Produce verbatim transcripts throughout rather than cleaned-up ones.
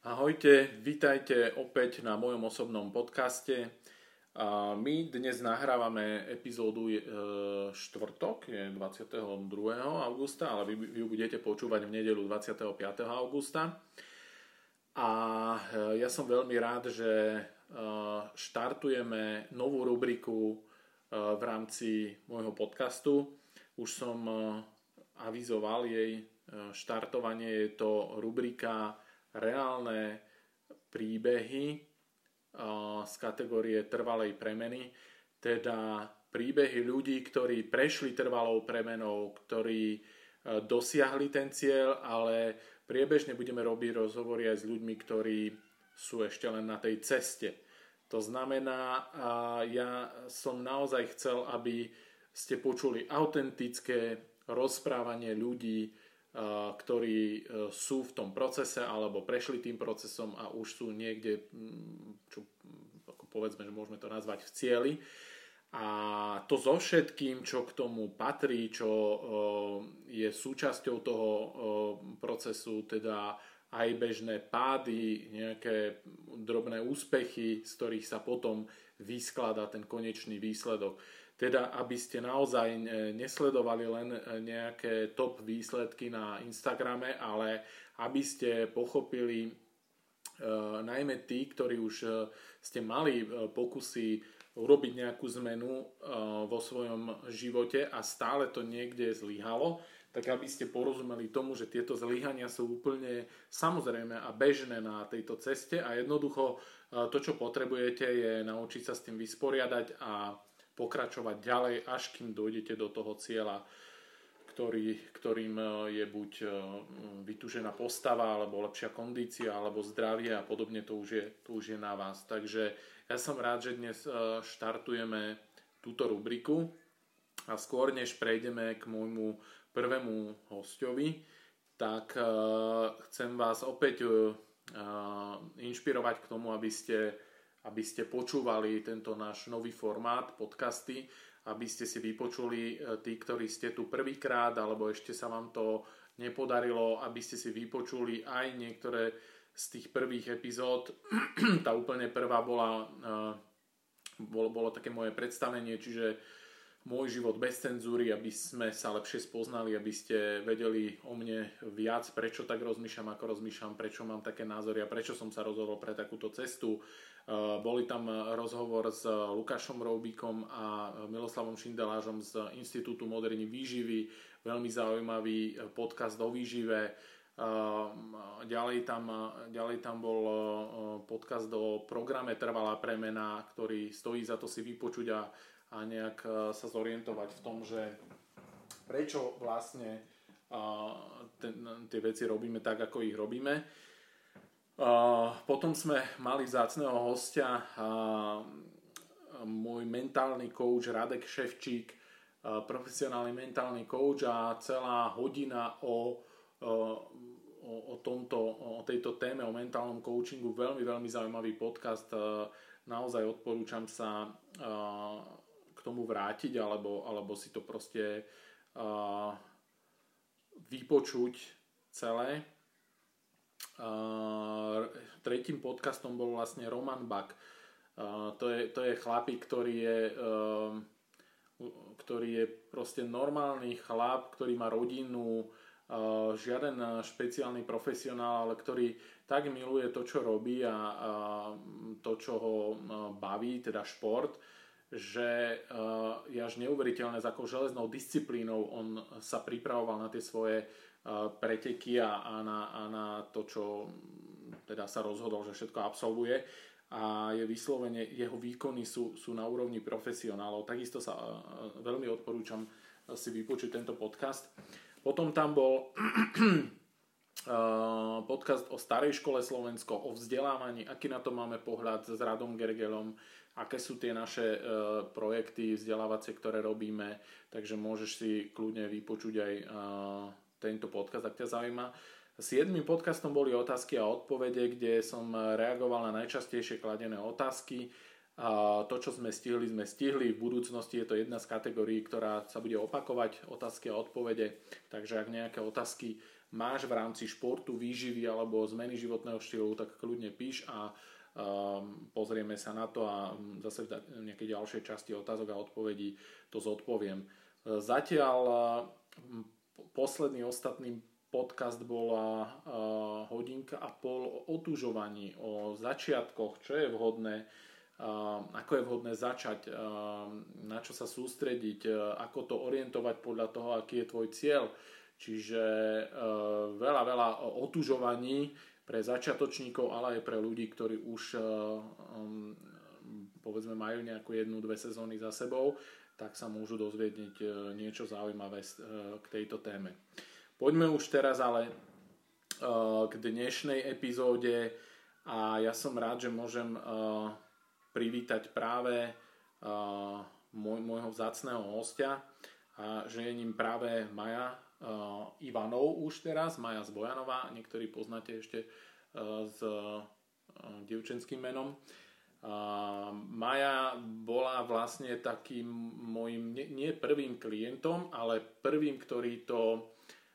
Ahojte, vítajte opäť na mojom osobnom podcaste. My dnes nahrávame epizódu štvrtok, je dvadsiateho druhého augusta, ale vy, vy ju budete počúvať v nedeľu dvadsiateho piateho augusta. A ja som veľmi rád, že štartujeme novú rubriku v rámci môjho podcastu. Už som avizoval jej štartovanie, je to rubrika Reálne príbehy z kategórie trvalej premeny, teda príbehy ľudí, ktorí prešli trvalou premenou, ktorí dosiahli ten cieľ, ale priebežne budeme robiť rozhovory aj s ľuďmi, ktorí sú ešte len na tej ceste. To znamená, ja som naozaj chcel, aby ste počuli autentické rozprávanie ľudí, ktorí sú v tom procese alebo prešli tým procesom a už sú niekde, čo ako povedzme, že môžeme to nazvať v cieli. A to so všetkým, čo k tomu patrí, čo je súčasťou toho procesu, teda aj bežné pády, nejaké drobné úspechy, z ktorých sa potom vyskladá ten konečný výsledok. Teda, aby ste naozaj nesledovali len nejaké top výsledky na Instagrame, ale aby ste pochopili, e, najmä tí, ktorí už ste mali pokusy urobiť nejakú zmenu e, vo svojom živote a stále to niekde zlyhalo, tak aby ste porozumeli tomu, že tieto zlyhania sú úplne samozrejme a bežné na tejto ceste a jednoducho e, to, čo potrebujete, je naučiť sa s tým vysporiadať a pokračovať ďalej, až kým dojdete do toho cieľa, ktorý, ktorým je buď vytúžená postava, alebo lepšia kondícia, alebo zdravie a podobne, to už je, to už je na vás. Takže ja som rád, že dnes štartujeme túto rubriku a skôr než prejdeme k môjmu prvému hosťovi, tak chcem vás opäť inšpirovať k tomu, aby ste aby ste počúvali tento náš nový formát, podcasty, aby ste si vypočuli, tí, ktorí ste tu prvýkrát, alebo ešte sa vám to nepodarilo, aby ste si vypočuli aj niektoré z tých prvých epizód. Tá úplne prvá bola, bolo, bolo také moje predstavenie, čiže môj život bez cenzúry, aby sme sa lepšie spoznali, aby ste vedeli o mne viac, prečo tak rozmýšľam, ako rozmýšľam, prečo mám také názory a prečo som sa rozhodol pre takúto cestu. Boli tam rozhovor s Lukášom Roubíkom a Miloslavom Šindelážom z Inštitútu moderní výživy, veľmi zaujímavý podcast o výžive. Ďalej tam, ďalej tam bol podcast o programe Trvalá premena, ktorý stojí za to si vypočuť a, a nejak sa zorientovať v tom, že prečo vlastne ten, tie veci robíme tak, ako ich robíme. Uh, potom sme mali vzácneho hostia, uh, môj mentálny coach Radek Ševčík, uh, profesionálny mentálny coach a celá hodina o, uh, o, o, tomto, o tejto téme, o mentálnom coachingu, veľmi, veľmi zaujímavý podcast, uh, naozaj odporúčam sa uh, k tomu vrátiť alebo, alebo si to proste uh, vypočuť celé. Uh, tretím podcastom bol vlastne Roman Bak. Uh, to, je, to je chlapík, ktorý je, uh, ktorý je proste normálny chlap, ktorý má rodinu, uh, žiaden špeciálny profesionál, ale ktorý tak miluje to, čo robí a, a to, čo ho uh, baví, teda šport, že uh, je až neuveriteľné, s akou železnou disciplínou on sa pripravoval na tie svoje preteky a, a, na, a na to, čo teda sa rozhodol, že všetko absolvuje a je vyslovene, jeho výkony sú, sú na úrovni profesionálov. Takisto sa veľmi odporúčam si vypočuť tento podcast. Potom tam bol podcast o starej škole Slovensko, o vzdelávaní, aký na to máme pohľad s Radom Gergelom, aké sú tie naše projekty vzdelávacie, ktoré robíme, takže môžeš si kľudne vypočuť aj tento podcast, ak ťa zaujíma. Siedmym podcastom boli otázky a odpovede, kde som reagoval na najčastejšie kladené otázky. A to, čo sme stihli, sme stihli. V budúcnosti je to jedna z kategórií, ktorá sa bude opakovať, otázky a odpovede. Takže ak nejaké otázky máš v rámci športu, výživy alebo zmeny životného štýlu, tak kľudne píš a um, pozrieme sa na to a zase v nejakej ďalšej časti otázok a odpovedí to zodpoviem. Zatiaľ posledný ostatný podcast bola uh, hodinka a pol o otužovaní, o začiatkoch, čo je vhodné, uh, ako je vhodné začať, uh, na čo sa sústrediť, uh, ako to orientovať podľa toho, aký je tvoj cieľ. Čiže uh, veľa, veľa otužovaní pre začiatočníkov, ale aj pre ľudí, ktorí už uh, um, povedzme majú nejakú jednu, dve sezóny za sebou, tak sa môžu dozvedieť uh, niečo zaujímavé uh, k tejto téme. Poďme už teraz ale uh, k dnešnej epizóde a ja som rád, že môžem uh, privítať práve uh, môj, môjho vzácneho hostia a že je ním práve Maja uh, Ivanov už teraz, Maja z Bojanova, niektorí poznáte ešte uh, s uh, dievčenským menom. Uh, Maja bola vlastne takým môjim, nie, nie prvým klientom, ale prvým, ktorý to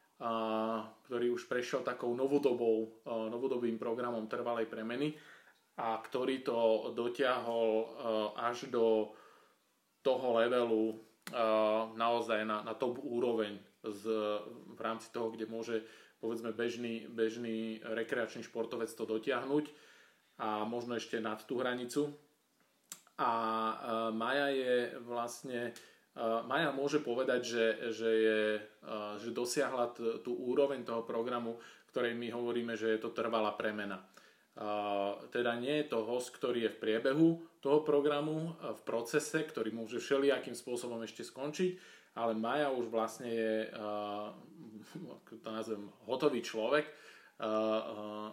A, ktorý už prešiel takou novodobou, a, novodobým programom trvalej premeny a ktorý to dotiahol a, až do toho levelu a, naozaj na, na top úroveň z, v rámci toho, kde môže povedzme bežný, bežný rekreačný športovec to dotiahnuť a možno ešte nad tú hranicu. A, a Maja je vlastne Uh, Maja môže povedať, že, že, je, uh, že dosiahla t- tú úroveň toho programu, ktorej my hovoríme, že je to trvalá premena. Uh, teda nie je to host, ktorý je v priebehu toho programu, uh, v procese, ktorý môže všelijakým spôsobom ešte skončiť, ale Maja už vlastne je, uh, ako to nazvem, hotový človek uh, uh,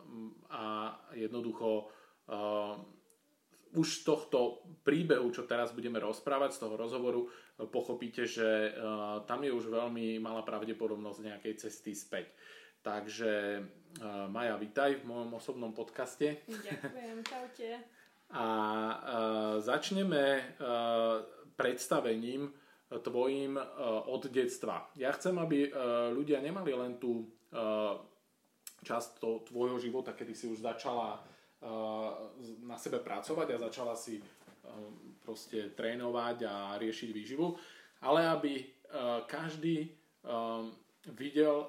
a jednoducho uh, už z tohto príbehu, čo teraz budeme rozprávať, z toho rozhovoru, pochopíte, že uh, tam je už veľmi malá pravdepodobnosť nejakej cesty späť. Takže uh, Maja, vitaj v mojom osobnom podcaste. Ďakujem, čaute. A uh, začneme uh, predstavením tvojim uh, od detstva. Ja chcem, aby uh, ľudia nemali len tú uh, časť tvojho života, kedy si už začala na sebe pracovať a začala si proste trénovať a riešiť výživu, ale aby každý videl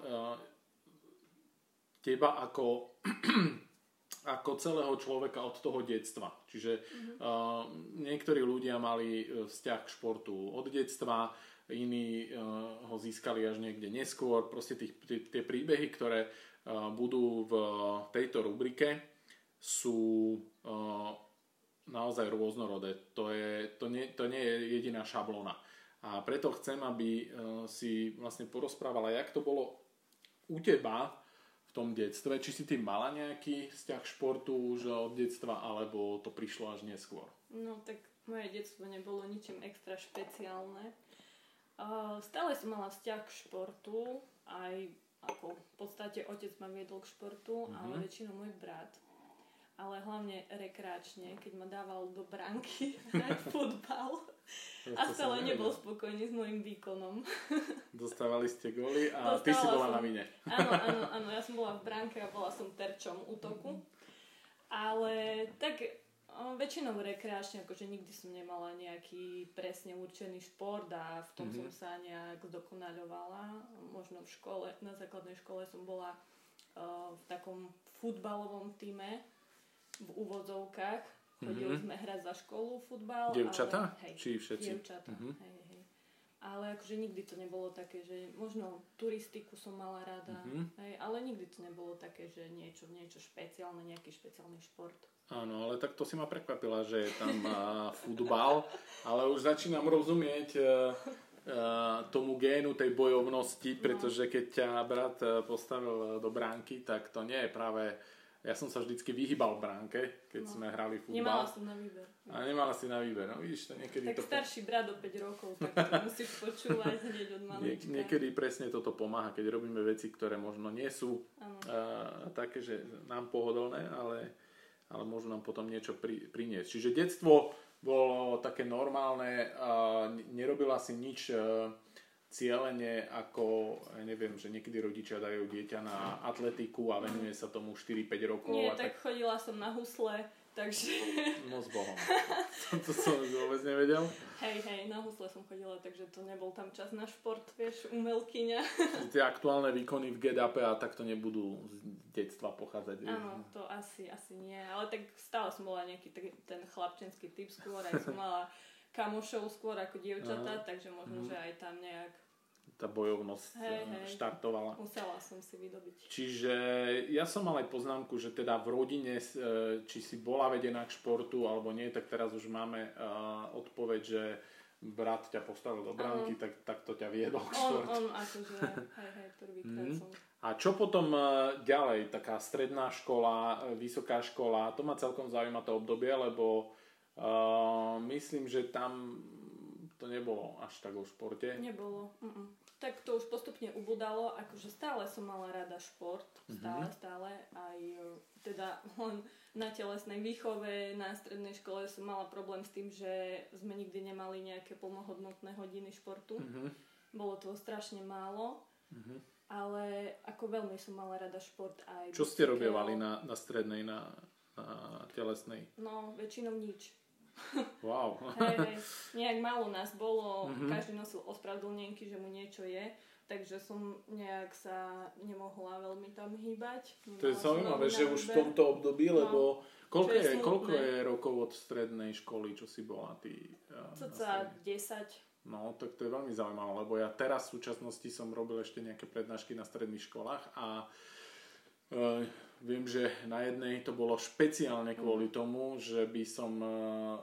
teba ako, ako celého človeka od toho detstva. Čiže mm-hmm. niektorí ľudia mali vzťah k športu od detstva, iní ho získali až niekde neskôr. Proste tých, tie príbehy, ktoré budú v tejto rubrike, sú uh, naozaj rôznorodé. To, je, to, nie, to nie je jediná šablóna. A preto chcem, aby uh, si vlastne porozprávala, jak to bolo u teba v tom detstve. Či si ty mala nejaký vzťah k športu už od detstva, alebo to prišlo až neskôr? No tak moje detstvo nebolo ničím extra špeciálne. Uh, stále som mala vzťah k športu, aj ako v podstate otec ma viedol k športu, mm-hmm. ale väčšinou môj brat. Ale hlavne rekreačne, keď ma dával do bránky hrať futbal a stále nebol spokojný s môjim výkonom. Dostávali ste góly a Dostala ty si bola som, na vine. Áno, áno, áno, ja som bola v bránke a bola som terčom útoku. Ale tak o, väčšinou rekreačne, akože nikdy som nemala nejaký presne určený šport a v tom mm-hmm. som sa nejak zdokonaľovala. Možno v škole, na základnej škole som bola o, v takom futbalovom tíme, v úvodzovkách. Chodili mm-hmm. sme hrať za školu futbal. Dievčatá? Ale, hej, či všetci? Dievčatá, mm-hmm. hej, hej. Ale akože nikdy to nebolo také, že možno turistiku som mala rada, mm-hmm. hej, ale nikdy to nebolo také, že niečo, niečo špeciálne, nejaký špeciálny šport. Áno, ale tak to si ma prekvapila, že je tam uh, futbal, ale už začínam rozumieť uh, uh, tomu génu tej bojovnosti, pretože keď ťa brat postavil do bránky, tak to nie je práve. Ja som sa vždycky vyhýbal v bránke, keď no. sme hrali futbal. Nemala som na výber. A nemala si na výber, no vidíš to niekedy. Tak to starší brat o päť rokov, tak to musíš počúvať hneď od malička. Nie, niekedy presne toto pomáha, keď robíme veci, ktoré možno nie sú uh, také, že nám pohodlné, ale, ale môžu nám potom niečo pri, priniesť. Čiže detstvo bolo také normálne, uh, nerobila si nič uh, cieľene ako, ja neviem, že niekedy rodičia dajú dieťa na atletiku a venuje sa tomu štyri päť rokov. Nie, a tak, tak chodila som na husle, takže... No s Bohom. To som vôbec nevedel. Hej, hej, na husle som chodila, takže to nebol tam čas na šport, vieš, umelkyňa. Tie aktuálne výkony v get-upe a takto nebudú z detstva pochádzať. Áno, to asi, asi nie, ale tak stále som bola nejaký ten chlapčenský typ skôr, aj som mala kamošov skôr ako dievčatá, uh-huh. takže možno, že aj tam nejak tá bojovnosť hej, hej. štartovala. Musela som si vydobiť. Čiže ja som mal aj poznámku, že teda v rodine, či si bola vedená k športu alebo nie, tak teraz už máme uh, odpoveď, že brat ťa postavil do bránky, uh-huh. tak, tak to ťa viedol k športu. On, on akože, hej, hej, prvýkrát mm. som. A čo potom uh, ďalej? Taká stredná škola, vysoká škola, to ma celkom zaujíma to obdobie, lebo uh, myslím, že tam to nebolo až tak o športe. Nebolo. Mm-mm. Tak to už postupne ubudalo, akože stále som mala rada šport, stále, mm-hmm. stále, aj teda len na telesnej výchove, na strednej škole som mala problém s tým, že sme nikdy nemali nejaké plnohodnotné hodiny športu. Mm-hmm. Bolo toho strašne málo, mm-hmm. ale ako veľmi som mala rada šport aj... Čo ste robievali na, na strednej, na, na telesnej? No, väčšinou nič. Wow. Hej, hej. Nejak málo nás bolo, mm-hmm. každý nosil ospravedlnenky, že mu niečo je, takže som nejak sa nemohla veľmi tam hýbať. To je zaujímavé, že už v tomto období, no, lebo koľko je, je, koľko je rokov od strednej školy, čo si bola ty? Coca desať. No, tak to je veľmi zaujímavé, lebo ja teraz v súčasnosti som robil ešte nejaké prednášky na stredných školách a Uh, viem, že na jednej to bolo špeciálne kvôli tomu, že by som uh,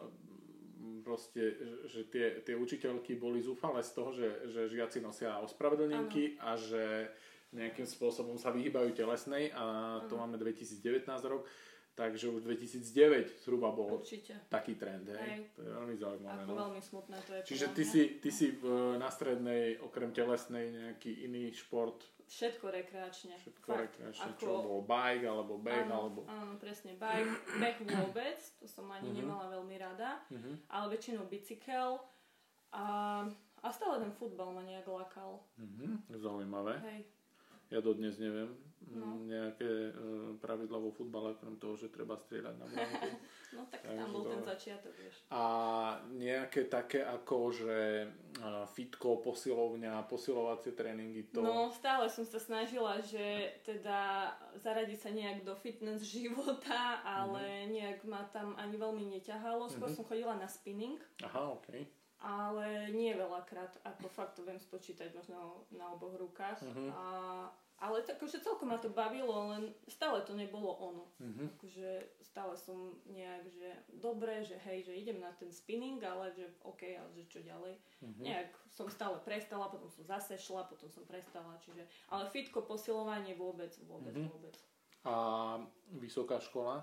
proste, že tie, tie učiteľky boli zúfale z toho, že, že žiaci nosia ospravedlnenky a že nejakým spôsobom sa vyhýbajú telesnej a to ano. Máme dvetisícdevätnásť rok, takže už dvetisícdeväť zhruba bol určite taký trend. Hej? Hej. To je veľmi zaujímavé. Ako no? veľmi smutné to je. Čiže ty si, ty si v, na strednej okrem telesnej nejaký iný šport? Všetko rekreačne. Všetko Fakt. rekreačne. Ako... Čo bol bike, alebo beh, áno, alebo... Áno, presne bike. Beh vôbec, to som ani uh-huh. nemala veľmi rada. Uh-huh. Ale väčšinou bicykel. A, a stále ten futbal ma nejak lákal. Uh-huh. Zaujímavé. Hej. Ja dodnes neviem no. nejaké uh, pravidla vo futbale, okrem toho, že treba strieľať na bránku. No tak tam bol to... ten začiatok, vieš. A nejaké také ako, že uh, fitko, posilovňa, posilovacie tréningy, to... No stále som sa snažila, že teda zaradiť sa nejak do fitness života, ale mm-hmm. nejak ma tam ani veľmi neťahalo. Skôr mm-hmm. som chodila na spinning. Aha, okej. Okay. Ale nie veľakrát, ako fakt to viem spočítať možno na oboch rukách. Uh-huh. A, ale tak, akože celkom ma to bavilo, len stále to nebolo ono. Uh-huh. Akože stále som nejak, že dobre, že hej, že idem na ten spinning, ale že okej, okay, ale že čo ďalej. Uh-huh. Nejak som stále prestala, potom som zase šla, potom som prestala. Čiže, ale fitko, posilovanie vôbec, vôbec, uh-huh. vôbec. A vysoká škola?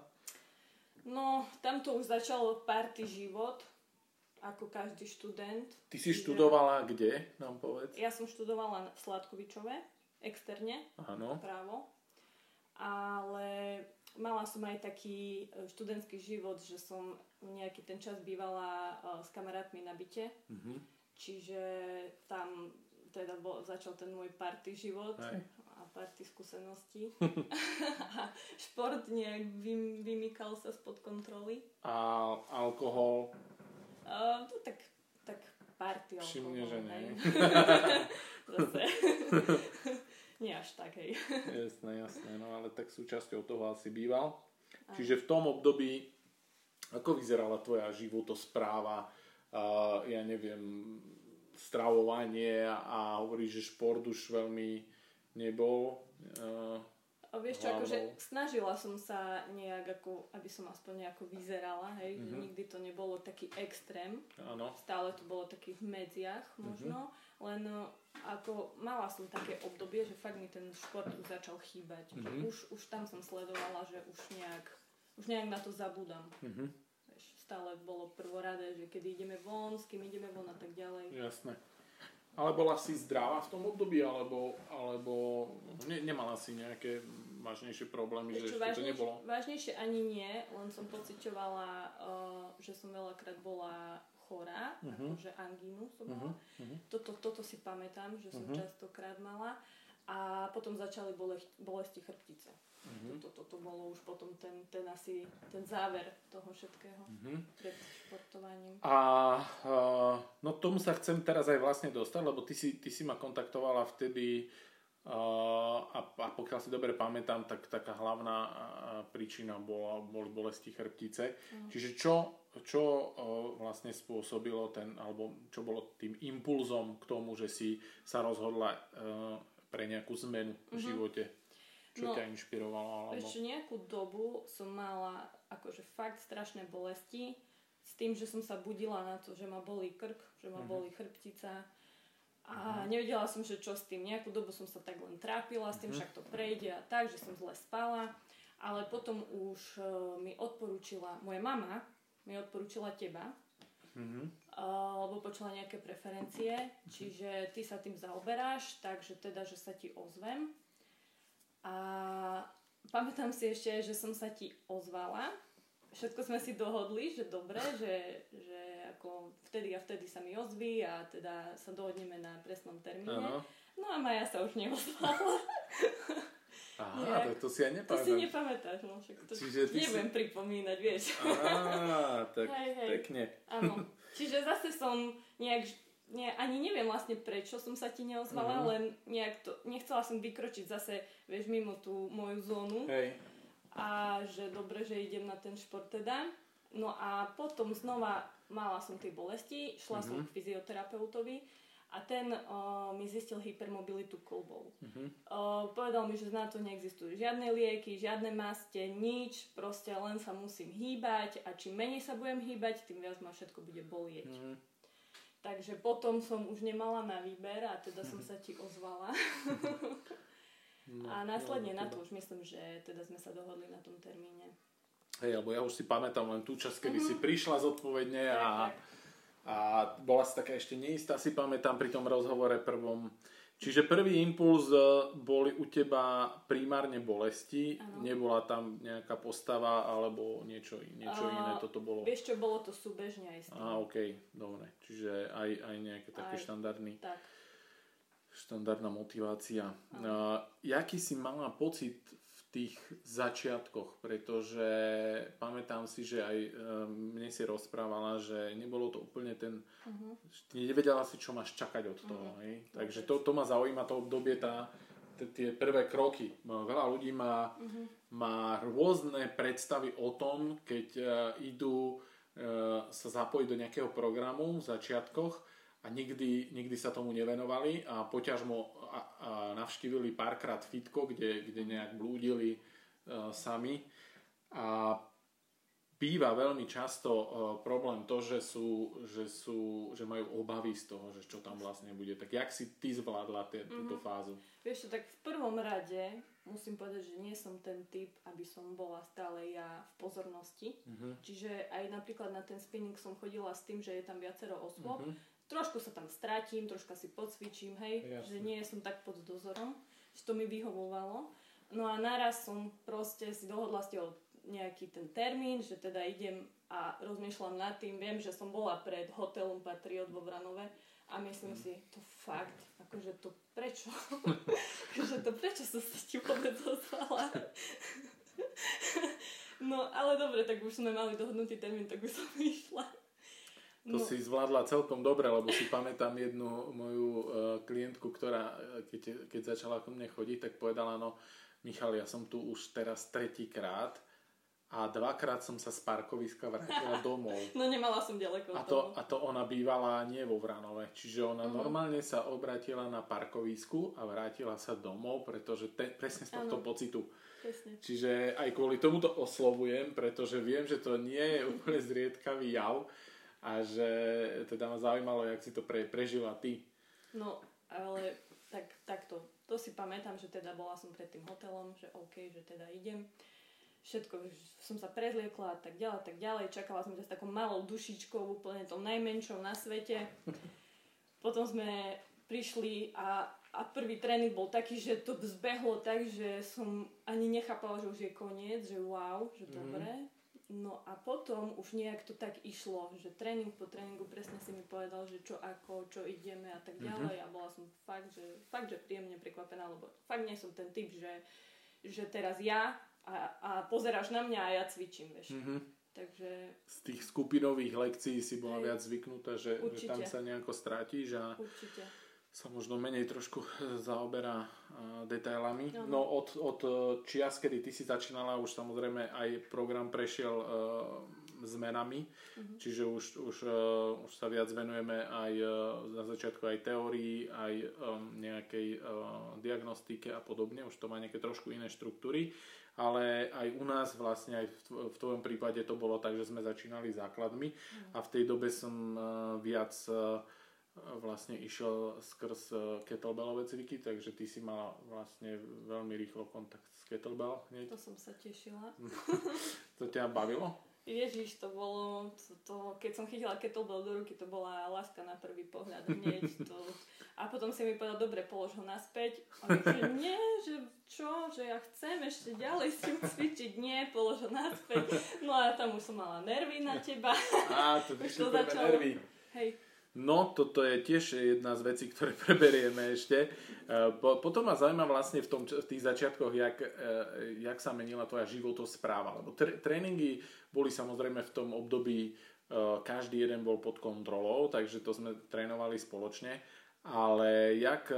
No, tam to už začalo party život. Ako každý študent. Ty si študovala kde, nám povedz? Ja som študovala v Sladkovičove, externe, Áno. právo. Ale mala som aj taký študentský život, že som nejaký ten čas bývala s kamarátmi na byte. Mm-hmm. Čiže tam teda bol, začal ten môj party život Hej. a party skúsenosti. A šport nejak vym, vymykal sa spod kontroly. A alkohol? Uh, to tak, tak party alkohol. Všimne, že nie. Zase. Nie až tak, hej. Jasné, jasné, no ale tak súčasťou toho asi býval. Aj. Čiže v tom období, ako vyzerala tvoja životospráva, uh, ja neviem, stravovanie a hovoríš, že šport už veľmi nebol. Uh, A vieš čo, akože snažila som sa nejak, ako, aby som aspoň nejako vyzerala, hej, mm-hmm. nikdy to nebolo taký extrém, Áno. stále to bolo taký v medziach možno, mm-hmm. len ako mala som také obdobie, že fakt mi ten šport už začal chýbať, mm-hmm. už, už tam som sledovala, že už nejak, už nejak na to zabúdam. Mm-hmm. Vieš, stále bolo prvoradé, že kedy ideme von, s kým ideme von a tak ďalej. Jasné. Ale bola si zdravá v tom období, alebo, alebo ne, nemala si nejaké vážnejšie problémy, že ešte to nebolo? Vážnejšie ani nie, len som pociťovala, uh, že som veľakrát bola chorá, uh-huh. akože angínu som mala. Uh-huh. Toto, toto si pamätám, že som uh-huh. častokrát mala. A potom začali bolesti, bolesti chrbtice. Uh-huh. Toto, toto bolo už potom ten, ten asi ten záver toho všetkého uh-huh. pred športovaním. A uh, no tomu sa chcem teraz aj vlastne dostať, lebo ty si, ty si ma kontaktovala vtedy uh, a, a pokiaľ si dobre pamätám, tak taká hlavná uh, príčina bola, boli bolesti chrbtice. Uh-huh. Čiže čo, čo uh, vlastne spôsobilo ten, alebo čo bolo tým impulzom k tomu, že si sa rozhodla uh, pre nejakú zmenu v živote? Čo no, ťa inšpirovalo? Alebo... Ešte nejakú dobu som mala akože fakt strašné bolesti s tým, že som sa budila na to, že ma bolí krk, že ma uh-huh. bolí chrbtica a uh-huh. nevedela som, že čo s tým. Nejakú dobu som sa tak len trápila s tým, uh-huh. však to prejde a tak, že som zle spala, ale potom už uh, mi odporúčila, moja mama mi odporúčila teba, Uh-huh. Uh, lebo počula nejaké preferencie, uh-huh. čiže ty sa tým zaoberáš, takže teda, že sa ti ozvem. A pamätám si ešte, že som sa ti ozvala. Všetko sme si dohodli, že dobre, že, že ako vtedy a vtedy sa mi ozví a teda sa dohodneme na presnom termíne. Uh-huh. No a Maja sa už neozvala. Aha, to, to si aj nepamätám. To si nepamätáš, no však to nebudem si... pripomínať, vieš. Á, tak hej, hej. Pekne. Áno, čiže zase som nejak, ne, ani neviem vlastne prečo som sa ti neozvala, uh-huh. len nejak to, nechcela som vykročiť zase, vieš, mimo tú moju zónu. Hej. A že dobre, že idem na ten šport teda. No a potom znova mala som tie bolesti, šla uh-huh. som k fyzioterapeutovi. A ten uh, mi zistil hypermobilitu kĺbov. Uh-huh. Uh, povedal mi, že na to neexistujú žiadne lieky, žiadne maste, nič, proste len sa musím hýbať a čím menej sa budem hýbať, tým viac ma všetko bude bolieť. Uh-huh. Takže potom som už nemala na výber a teda som sa ti ozvala. No, a následne no, na to už myslím, že teda sme sa dohodli na tom termíne. Hej, lebo ja už si pamätám len tú časť, kedy uh-huh. si prišla zodpovedne a... Tak, tak. A bola si taká ešte neistá, si pamätám pri tom rozhovore prvom. Čiže prvý impuls boli u teba primárne bolesti, ano. Nebola tam nejaká postava alebo niečo, niečo uh, iné, toto bolo? Vieš čo, bolo to súbežne aj s tým. Á, okej, okay, dobre. Čiže aj, aj nejaké také aj, štandardný, tak. štandardná motivácia. Uh, jaký si mala pocit v tých začiatkoch, pretože pamätám si, že aj um, mne si rozprávala, že nebolo to úplne ten, uh-huh. nevedela si, čo máš čakať od toho, uh-huh. hej? Takže to, to ma zaujíma, to obdobie, tá, t- tie prvé kroky. Veľa ľudí má, uh-huh. má rôzne predstavy o tom, keď uh, idú uh, sa zapojiť do nejakého programu v začiatkoch a nikdy, nikdy sa tomu nevenovali a poťažmo a, a navštívili párkrát fitko, kde, kde nejak blúdili uh, sami. A býva veľmi často uh, problém to, že, sú, že, sú, že majú obavy z toho, že čo tam vlastne bude. Tak jak si ty zvládla t- túto mm-hmm. fázu? Vieš čo, tak v prvom rade musím povedať, že nie som ten typ, aby som bola stále ja v pozornosti. Mm-hmm. Čiže aj napríklad na ten spinning som chodila s tým, že je tam viacero osôb. Mm-hmm. Trošku sa tam stratím, troška si pocvičím, hej, jasne. Že nie som tak pod dozorom, že to mi vyhovovalo. No a naraz som proste si dohodla s tebou nejaký ten termín, že teda idem a rozmýšľam nad tým, viem, že som bola pred hotelom Patriot vo Vranove a myslím mm. si, to fakt, akože to prečo? že to prečo som sa ti vôbec ozvala? No ale dobre, tak už sme mali dohodnutý termín, tak už som išla. To no. si zvládla celkom dobre, lebo si pamätám jednu moju uh, klientku, ktorá keď, keď začala ku mne chodiť, tak povedala, no Michal, ja som tu už teraz tretíkrát a dvakrát som sa z parkoviska vrátila domov. No nemala som ďaleko od a to, a to ona bývala nie vo Vranove, čiže ona uh-huh. normálne sa obratila na parkovisku a vrátila sa domov, pretože te, presne z tohto ano. Pocitu. Presne. Čiže aj kvôli tomuto oslovujem, pretože viem, že to nie je úplne zriedkavý jav. A že teda ma zaujímalo, jak si to pre, prežila ty. No, ale tak, takto. To si pamätám, že teda bola som pred tým hotelom, že OK, že teda idem. Všetko, som sa prezliekla a tak ďalej, tak ďalej. Čakala som ťa s takou malou dušičkou, úplne tou najmenšou na svete. Potom sme prišli a, a prvý tréning bol taký, že to zbehlo tak, že som ani nechápala, že už je koniec, že wow, že dobre. Mm. No a potom už nejak to tak išlo, že tréning po tréningu presne si mi povedal, že čo ako, čo ideme a tak ďalej. Mm-hmm. A bola som fakt, že, fakt, že príjemne prekvapená, lebo fakt nie som ten typ, že, že teraz ja a, a pozeráš na mňa a ja cvičím, vieš. Mm-hmm. Takže... Z tých skupinových lekcií si bola viac zvyknutá, že, že tam sa nejako strátiš a určite. Sa možno menej trošku zaoberá detailami. Uh-huh. No od, od čias, kedy ty si začínala, už samozrejme aj program prešiel uh, zmenami, uh-huh. čiže už, už, uh, už sa viac venujeme aj uh, na začiatku aj teórii, aj um, nejakej uh, diagnostike a podobne, už to má nejaké trošku iné štruktúry, ale aj u nás vlastne aj v, v tvojom prípade to bolo tak, že sme začínali základmi uh-huh. a v tej dobe som uh, viac uh, vlastne išiel skrz kettlebellové cviky, takže ty si mala vlastne veľmi rýchlo kontakt s kettlebell hneď. To som sa tešila. To ťa bavilo? Ježiš, to bolo, to, to, keď som chytila kettlebell do ruky, to bola láska na prvý pohľad hneď. To, a potom si mi povedal, dobre, polož ho naspäť. A že nie, že čo, že ja chcem ešte ďalej s tým cvičiť. Nie, polož ho naspäť. No a tam už som mala nervy na teba. Á, to vyšli prvé nervy. Hej. No, toto je tiež jedna z vecí, ktoré preberieme ešte. Po, potom ma zaujíma vlastne v, tom, v tých začiatkoch, jak, jak sa menila tvoja životospráva. Lebo tre, tréningy boli samozrejme v tom období, každý jeden bol pod kontrolou, takže to sme trénovali spoločne. Ale jak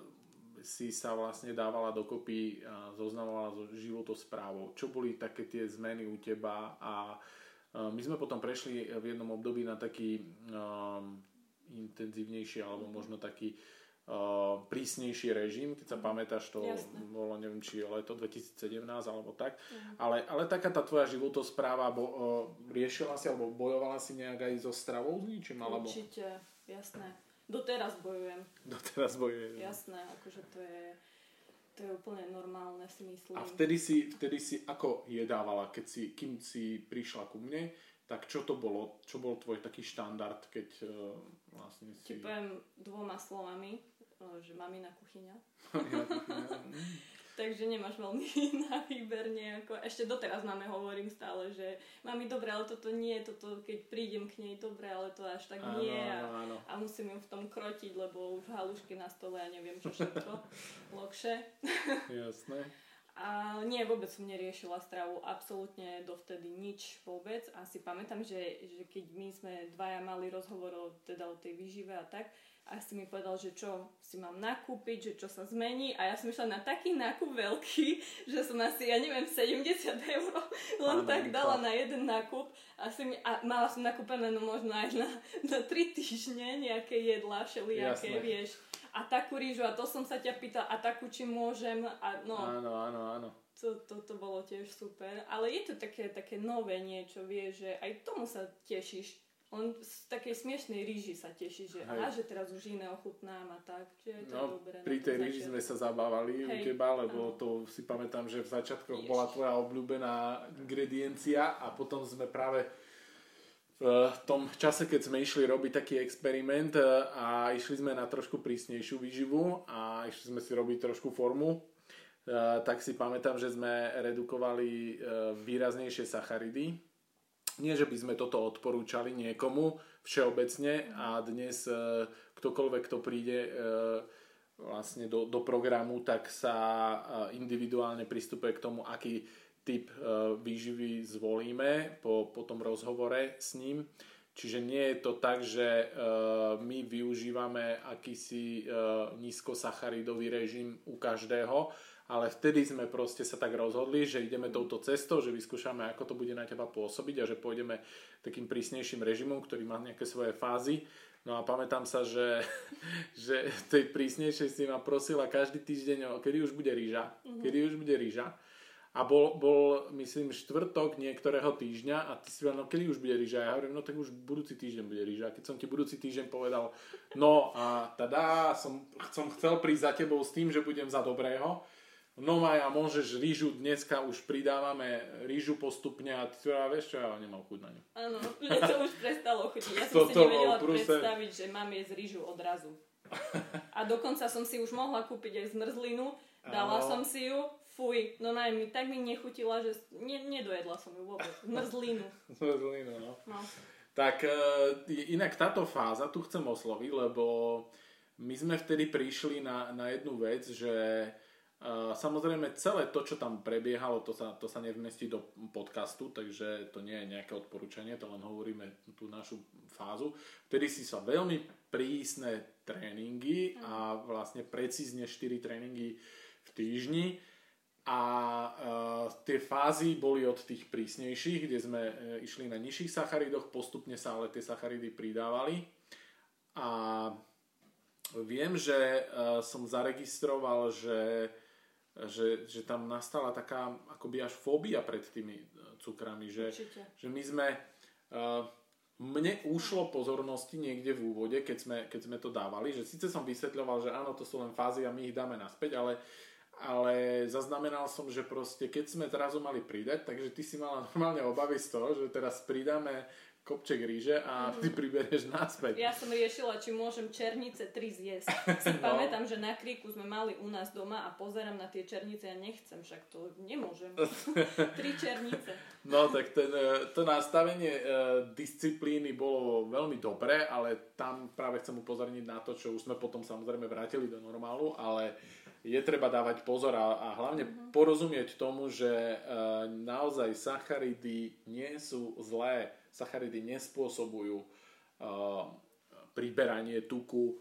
si sa vlastne dávala dokopy, zoznamovala so životosprávou? Čo boli také tie zmeny u teba? A my sme potom prešli v jednom období na taký... Um, intenzívnejší alebo možno taký uh, prísnejší režim, keď sa pamätáš, to Jasne. Bolo neviem či leto dvetisícsedemnásť alebo tak, uh-huh. ale, ale taká tá tvoja životospráva bo, uh, riešila si alebo bojovala si nejak aj so stravou s ničím? Alebo... Určite, jasné. Doteraz bojujem. Doteraz bojujem. Jasné, akože to je to je úplne normálne, si myslím. A vtedy si, vtedy si ako jedávala, keď si, kým si prišla ku mne, tak čo to bolo? Čo bol tvoj taký štandard, keď uh, vlastne si... Ti poviem dvoma slovami, že mamina kuchyňa. Mamina kuchyňa. Takže nemáš veľmi na výber nejako. Ešte doteraz máme hovorím stále, že mami, dobre, ale toto nie, toto keď prídem k nej, dobre, ale to až tak áno, nie. Áno, áno. A, a musím ju v tom krotiť, lebo už halušky na stole a neviem čo všetko. Lokše. Jasné. A nie, vôbec som neriešila stravu, absolútne dovtedy nič vôbec. A si pamätám, že, že keď my sme dvaja mali rozhovor o, teda o tej výžive a tak, a si mi povedal, že čo si mám nakúpiť, že čo sa zmení. A ja som išla na taký nákup veľký, že som asi, ja neviem, sedemdesiat eur len Áno, tak dala to. Na jeden nákup. A, mi, a mala som nakúpené no možno aj na, na tri týždne nejaké jedlá, všelijaké, vieš. A takú rýžu, a to som sa ťa pýtal, a takú, či môžem. A no, áno, áno, áno. To, to, to bolo tiež super. Ale je to také, také nové niečo, vieš, že aj tomu sa tešíš. On z takej smiešnej ríži sa teší, že, aha, že teraz už iné ochutnám a tak, že je to no, dobré. Pri tej ríži sme sa zabávali Hej, u teba, lebo áno. to si pamätám, že v začiatkoch Jež. bola tvoja obľúbená ingrediencia a potom sme práve v tom čase, keď sme išli robiť taký experiment a išli sme na trošku prísnejšiu výživu a išli sme si robiť trošku formu, tak si pamätám, že sme redukovali výraznejšie sacharidy. Nie, že by sme toto odporúčali niekomu všeobecne a dnes ktokoľvek, kto príde vlastne do, do programu, tak sa individuálne pristupuje k tomu, aký typ výživy zvolíme po, po tom rozhovore s ním. Čiže nie je to tak, že my využívame akýsi nízkosacharidový režim u každého, ale vtedy sme proste sa tak rozhodli, že ideme touto cestou, že vyskúšame, ako to bude na teba pôsobiť a že pôjdeme takým prísnejším režimom, ktorý má nejaké svoje fázy. No a pamätám sa, že, že tej prísnejšej si ma prosila každý týždeň, kedy už bude rýža, mm-hmm. kedy už bude rýža. A bol, bol, myslím, štvrtok niektorého týždňa a ty si povedal, no kedy už bude rýža? Ja hovorím, no tak už budúci týždeň bude rýža. A keď som ti budúci týždeň povedal, no a teda som, som chcel prísť za tebou s tým, že budem za dobrého, no Maja, môžeš rýžu, dneska už pridávame rýžu postupne a ty si hovorila, vieš čo, ja nemám chuť na ňu. Áno, mne to už prestalo chutiť. Ja som si nevedela predstaviť, že mám jesť rýžu odrazu. A dokonca som si už mohla kúpiť aj zmrzlinu, dala som si ju, fuj, no najmä, tak mi nechutila, že ne, nedojedla som ju vôbec. Zmrzlinu. Zmrzlinu, no. no. Tak inak táto fáza tu chcem osloviť, lebo my sme vtedy prišli na, na jednu vec, že uh, samozrejme celé to, čo tam prebiehalo, to sa, to sa nevmestí do podcastu, takže to nie je nejaké odporúčanie, to len hovoríme tú našu fázu. Vtedy si sa veľmi prísne tréningy a vlastne precízne štyri tréningy v týždni. A uh, tie fázy boli od tých prísnejších, kde sme uh, išli na nižších sacharidoch, postupne sa ale tie sacharidy pridávali. A viem, že uh, som zaregistroval, že, že, že tam nastala taká akoby až fóbia pred tými cukrami. Že, že my sme... Uh, mne ušlo pozornosti niekde v úvode, keď sme, keď sme to dávali, že síce som vysvetľoval, že áno, to sú len fázy a my ich dáme naspäť, ale ale zaznamenal som, že proste keď sme zrazu mali pridať, takže ty si mala normálne obavy z toho, že teraz pridáme kopček ríže a ty priberieš naspäť. Ja som riešila, či môžem černice tri zjesť. Si no. Pamätám, že na Kríku sme mali u nás doma a pozerám na tie černice a nechcem, však to nemôžem. Tri černice. No tak ten, to nastavenie e, disciplíny bolo veľmi dobré, ale tam práve chcem upozorniť na to, čo už sme potom samozrejme vrátili do normálu, ale je treba dávať pozor a, a hlavne uh-huh. porozumieť tomu, že e, naozaj sacharidy nie sú zlé. Sacharidy nespôsobujú e, priberanie tuku, e,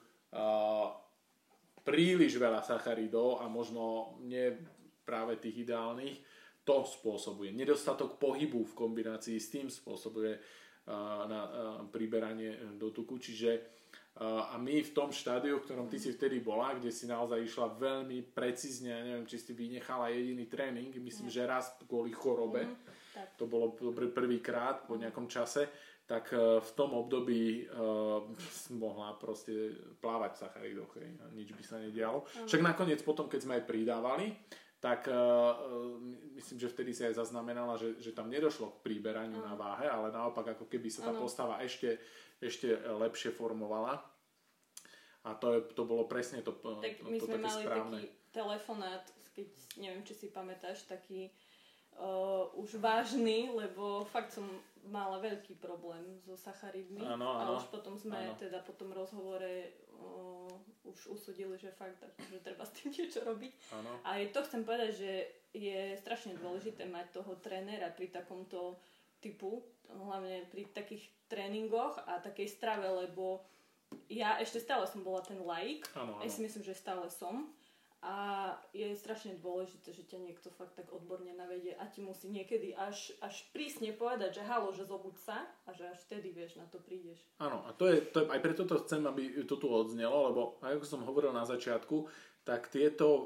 príliš veľa sacharidov a možno nie práve tých ideálnych, to spôsobuje. Nedostatok pohybu v kombinácii s tým spôsobuje e, na e, priberanie do tuku, čiže a my v tom štádiu, v ktorom ty si vtedy bola, kde si naozaj išla veľmi precízne, ja neviem, či si vynechala jediný tréning, myslím, že raz kvôli chorobe, mm, to bolo prvýkrát po nejakom čase, tak v tom období uh, mohla proste plávať v sacharidoch, a nič by sa nedialo. Mm. Však nakoniec potom, keď sme aj pridávali, tak uh, myslím, že vtedy si aj zaznamenala, že, že tam nedošlo k príberaniu mm. na váhe, ale naopak ako keby sa tá ano. postava ešte ešte lepšie formovala a to, je, to bolo presne to, tak to, my to sme také mali správne. Taký telefonát, keď neviem, či si pamätáš, taký uh, už vážny, lebo fakt som mala veľký problém so sacharidmi ano, ano, a už potom sme ano. teda po tom rozhovore uh, už usúdili, že fakt že treba s tým niečo robiť. Ano. A to chcem povedať, že je strašne dôležité mať toho trénera pri takomto typu, hlavne pri takých tréningoch a takej strave, lebo ja ešte stále som bola ten laik, ja si myslím, že stále som a je strašne dôležité, že ťa niekto fakt tak odborne navedie a ti musí niekedy až, až prísne povedať, že halo, že zobuď sa a že až vtedy vieš, na to prídeš. Áno, a to je, to je aj preto to chcem, aby to tu odznelo, lebo ako som hovoril na začiatku, tak tieto uh,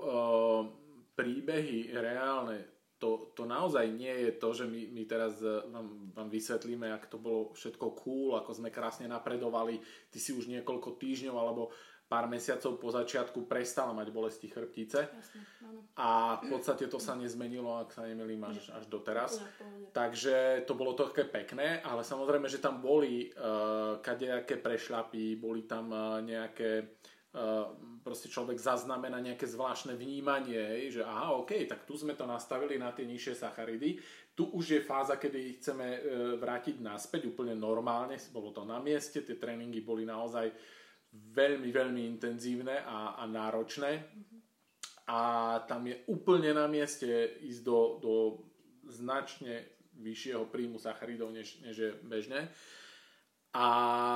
príbehy reálne To, to naozaj nie je to, že my, my teraz vám, vám vysvetlíme, ako to bolo všetko cool, ako sme krásne napredovali. Ty si už niekoľko týždňov alebo pár mesiacov po začiatku prestala mať bolesti chrbtice. Jasne, a v podstate to sa nezmenilo, ak sa nemýlim, až, až doteraz. Takže to bolo to také pekné, ale samozrejme, že tam boli uh, kadejaké prešľapy, boli tam uh, nejaké... Uh, proste človek zaznamená nejaké zvláštne vnímanie, že aha, ok, tak tu sme to nastavili na tie nižšie sacharidy, tu už je fáza, kedy ich chceme uh, vrátiť naspäť úplne normálne, bolo to na mieste, tie tréningy boli naozaj veľmi, veľmi intenzívne a, a náročné a tam je úplne na mieste ísť do, do značne vyššieho príjmu sacharidov, než, než je bežné a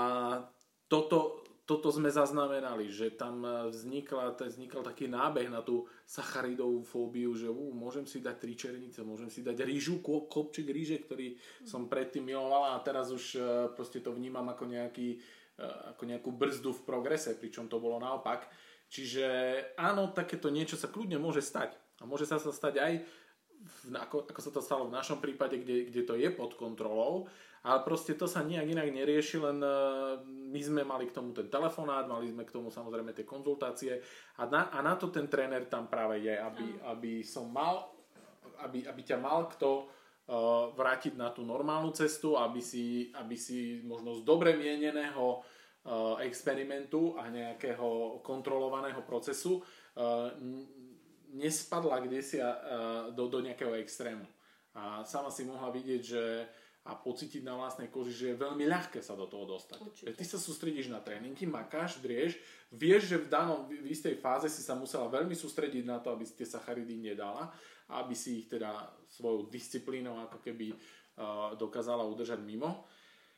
toto Toto sme zaznamenali, že tam vznikla, vznikal taký nábeh na tú sacharidovú fóbiu, že uh, môžem si dať tri černice, môžem si dať rýžu, kopček ríže, ktorý som predtým milovala a teraz už uh, proste to vnímam ako, nejaký, uh, ako nejakú brzdu v progrese, pričom to bolo naopak. Čiže áno, takéto niečo sa kľudne môže stať. A môže sa to stať aj, v, ako, ako sa to stalo v našom prípade, kde, kde to je pod kontrolou, ale proste to sa nejak inak nerieši, len my sme mali k tomu ten telefonát, mali sme k tomu samozrejme tie konzultácie a na, a na to ten tréner tam práve je, aby, aby som mal, aby, aby ťa mal kto uh, vrátiť na tú normálnu cestu, aby si, aby si možno z dobre mieneného uh, experimentu a nejakého kontrolovaného procesu uh, nespadla kdesi do, do nejakého extrému. A sama si mohla vidieť, že a pocítiť na vlastnej koži, že je veľmi ľahké sa do toho dostať. Určite. Ty sa sústredíš na tréningy, makáš, drieš, vieš, že v danom, v istej fáze si sa musela veľmi sústrediť na to, aby si tie sacharidy nedala, aby si ich teda svojou disciplínou ako keby uh, dokázala udržať mimo.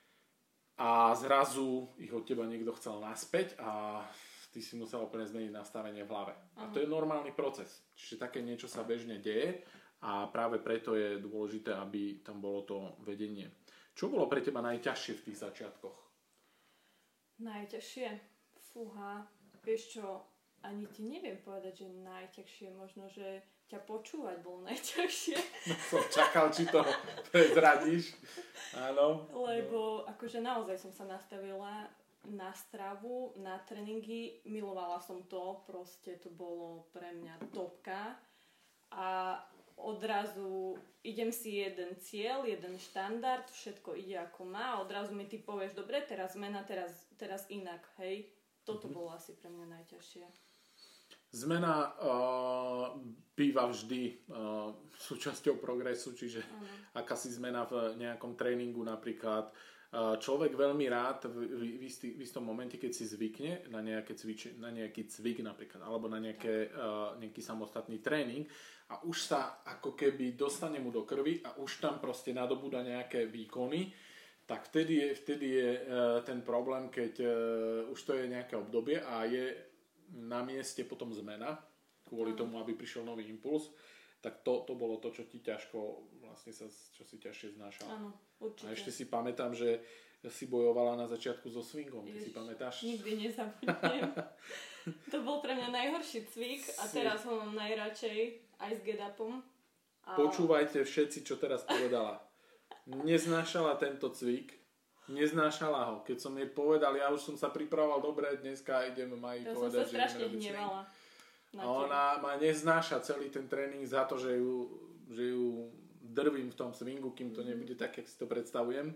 A zrazu ich od teba niekto chcel naspäť a ty si musel úplne zmeniť nastavenie v hlave. Uh-huh. A to je normálny proces. Čiže také niečo sa bežne deje. A práve preto je dôležité, aby tam bolo to vedenie. Čo bolo pre teba najťažšie v tých začiatkoch? Najťažšie? Fúha, vieš čo, ani ti neviem povedať, že najťažšie. Možno, že ťa počúvať bolo najťažšie. No, som čakal, či to prezradíš. Áno. Lebo akože naozaj som sa nastavila na stravu, na tréningy. Milovala som to, proste to bolo pre mňa topka. A odrazu idem si jeden cieľ, jeden štandard, všetko ide ako má a odrazu mi ty povieš, dobre, teraz zmena, teraz, teraz inak, hej. Toto mm-hmm. bolo asi pre mňa najťažšie. Zmena uh, býva vždy uh, súčasťou progresu, čiže uh-huh. akási zmena v nejakom tréningu napríklad. Uh, človek veľmi rád v, v, v, istý, v istom momente, keď si zvykne na, nejaké cvič, na nejaký cvik napríklad, alebo na nejaké, uh, nejaký samostatný tréning, a už sa ako keby dostane mu do krvi a už tam proste nadobúda nejaké výkony, tak vtedy je, vtedy je uh, ten problém, keď uh, už to je nejaké obdobie a je na mieste potom zmena, kvôli tomu, aby prišiel nový impuls, tak to, to bolo to, čo ti ťažko, vlastne sa, čo si ťažšie znášala. Áno, určite. A ešte si pamätám, že si bojovala na začiatku so swingom, ty si pamätáš? Nikdy nezabudnem. To bol pre mňa najhorší cvik a teraz ho mám najradšej aj s get-upom. A... Počúvajte všetci, čo teraz povedala. Neznášala tento cvik, neznášala ho. Keď som jej povedal, ja už som sa pripravoval, dobre, dneska idem Maji ja povedať, že ideme robiť cvik. Ja som sa strašne hnevala. A ona ma neznáša celý ten tréning za to, že ju, že ju drvím v tom swingu, kým to nebude tak, jak si to predstavujem.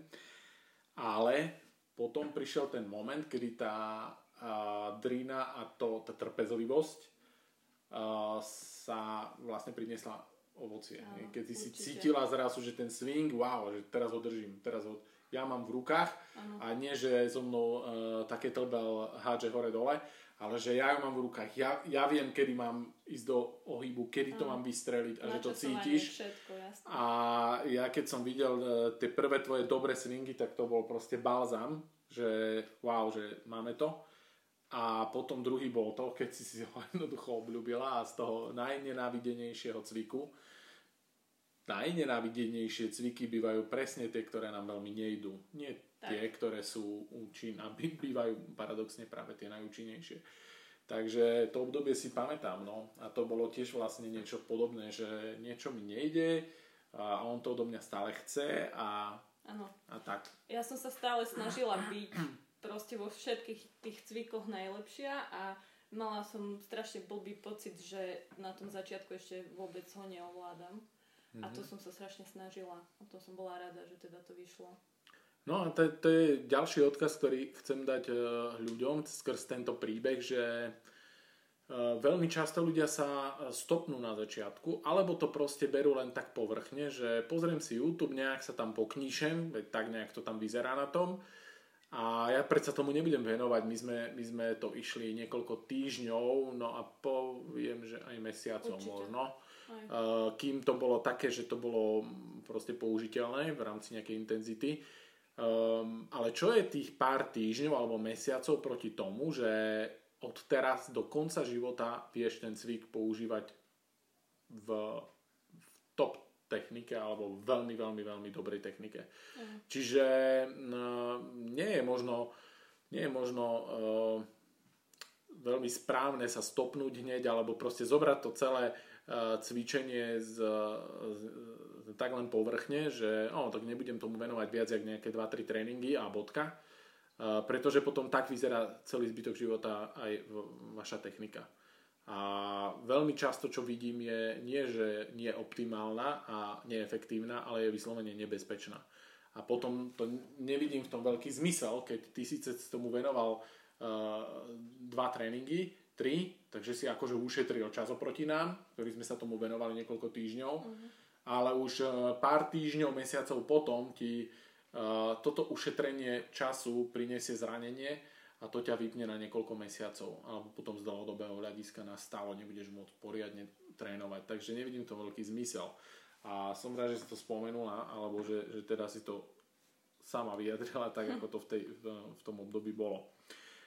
Ale potom prišiel ten moment, kedy tá a, drina a to, tá trpezlivosť a, sa vlastne priniesla ovocie. Áno, keď si určite. Si cítila zrazu, že ten swing, wow, že teraz ho držím, teraz ho ja mám v rukách. Áno. A nie, že so mnou uh, také tlbel hádže hore-dole, ale že ja ju mám v rukách. Ja, ja viem, kedy mám ísť do ohybu, kedy to Áno. mám vystreliť a že to cítiš. Všetko, jasné. A ja keď som videl uh, tie prvé tvoje dobré swingy, tak to bol proste balzam, že wow, že máme to. A potom druhý bol to, keď si si ho jednoducho obľúbila a z toho najnenávidenejšieho cviku. Najnenávidenejšie cviky bývajú presne tie, ktoré nám veľmi nejdú. Nie tak. Tie, ktoré sú účinné, bývajú paradoxne práve tie najúčinnejšie. Takže to obdobie si pamätám, no. A to bolo tiež vlastne niečo podobné, že niečo mi nejde a on to odo mňa stále chce a, a tak. Ja som sa stále snažila byť proste vo všetkých tých cvikoch najlepšia a mala som strašne blbý pocit, že na tom začiatku ešte vôbec ho neovládam. A to som sa strašne snažila. A to som bola rada, že teda to vyšlo. No a to, to je ďalší odkaz, ktorý chcem dať uh, ľuďom skrz tento príbeh, že uh, veľmi často ľudia sa stopnú na začiatku, alebo to proste berú len tak povrchne, že pozriem si YouTube, nejak sa tam pokníšem, veď tak nejak to tam vyzerá na tom. A ja predsa tomu nebudem venovať. My sme, my sme to išli niekoľko týždňov, no a poviem, že aj mesiacov Určite. možno. Uh, kým to bolo také, že to bolo proste použiteľné v rámci nejakej intenzity. Um, ale čo je tých pár týždňov alebo mesiacov proti tomu, že od teraz do konca života vieš ten cvik používať v, v top technike alebo veľmi, veľmi, veľmi dobrej technike. Mm. Čiže uh, nie je možno, nie je možno uh, veľmi správne sa stopnúť hneď alebo proste zobrať to celé uh, cvičenie z, z, z, tak len povrchne, že oh, tak nebudem tomu venovať viac jak nejaké dva tri tréningy a bodka, uh, pretože potom tak vyzerá celý zbytok života aj v, vaša technika. A veľmi často, čo vidím, je nie, že nie je optimálna a neefektívna, ale je vyslovene nebezpečná. A potom to nevidím v tom veľký zmysel, keď ty síce tomu venoval uh, dva tréningy, tri, takže si akože ušetril čas oproti nám, ktorý sme sa tomu venovali niekoľko týždňov, uh-huh. ale už pár týždňov, mesiacov potom ti uh, toto ušetrenie času prinesie zranenie a to ťa vypne na niekoľko mesiacov, alebo potom z dlhodobého hľadiska na stále nebudeš môcť poriadne trénovať, takže nevidím to veľký zmysel. A som rád, že si to spomenula, alebo že, že teda si to sama vyjadrila tak, ako to v, tej, v tom období bolo.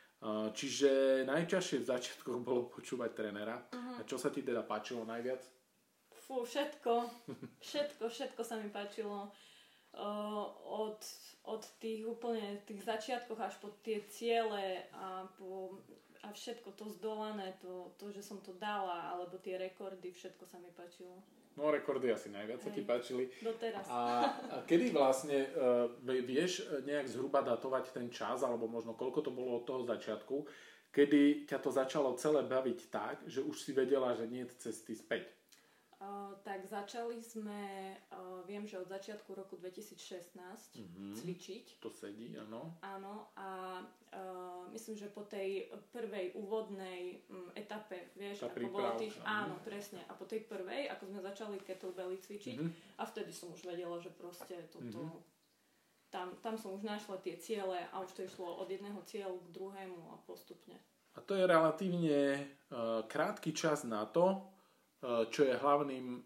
Čiže najťažšie v začiatkoch bolo počúvať trénera. Uh-huh. A čo sa ti teda páčilo najviac? Fú, všetko. Všetko, všetko sa mi páčilo. Uh, od, od tých úplne tých začiatkoch až po tie ciele a, po, a všetko to zdolané, to, to, že som to dala, alebo tie rekordy, všetko sa mi páčilo. No rekordy asi najviac sa ti páčili. Doteraz. A, a kedy vlastne uh, vieš nejak zhruba datovať ten čas, alebo možno koľko to bolo od toho začiatku, kedy ťa to začalo celé baviť tak, že už si vedela, že nie je cesty späť? Uh, tak začali sme, uh, viem, že od začiatku roku dvetisícšestnásť mm-hmm. cvičiť. To sedí, áno. Áno a uh, myslím, že po tej prvej úvodnej um, etape, vieš, tá ako bolo tých, áno, presne, a po tej prvej, ako sme začali kettlebelly cvičiť mm-hmm. a vtedy som už vedela, že proste toto, mm-hmm. tam, tam som už našla tie ciele a už to išlo od jedného cieľu k druhému a postupne. A to je relatívne uh, krátky čas na to, čo je hlavným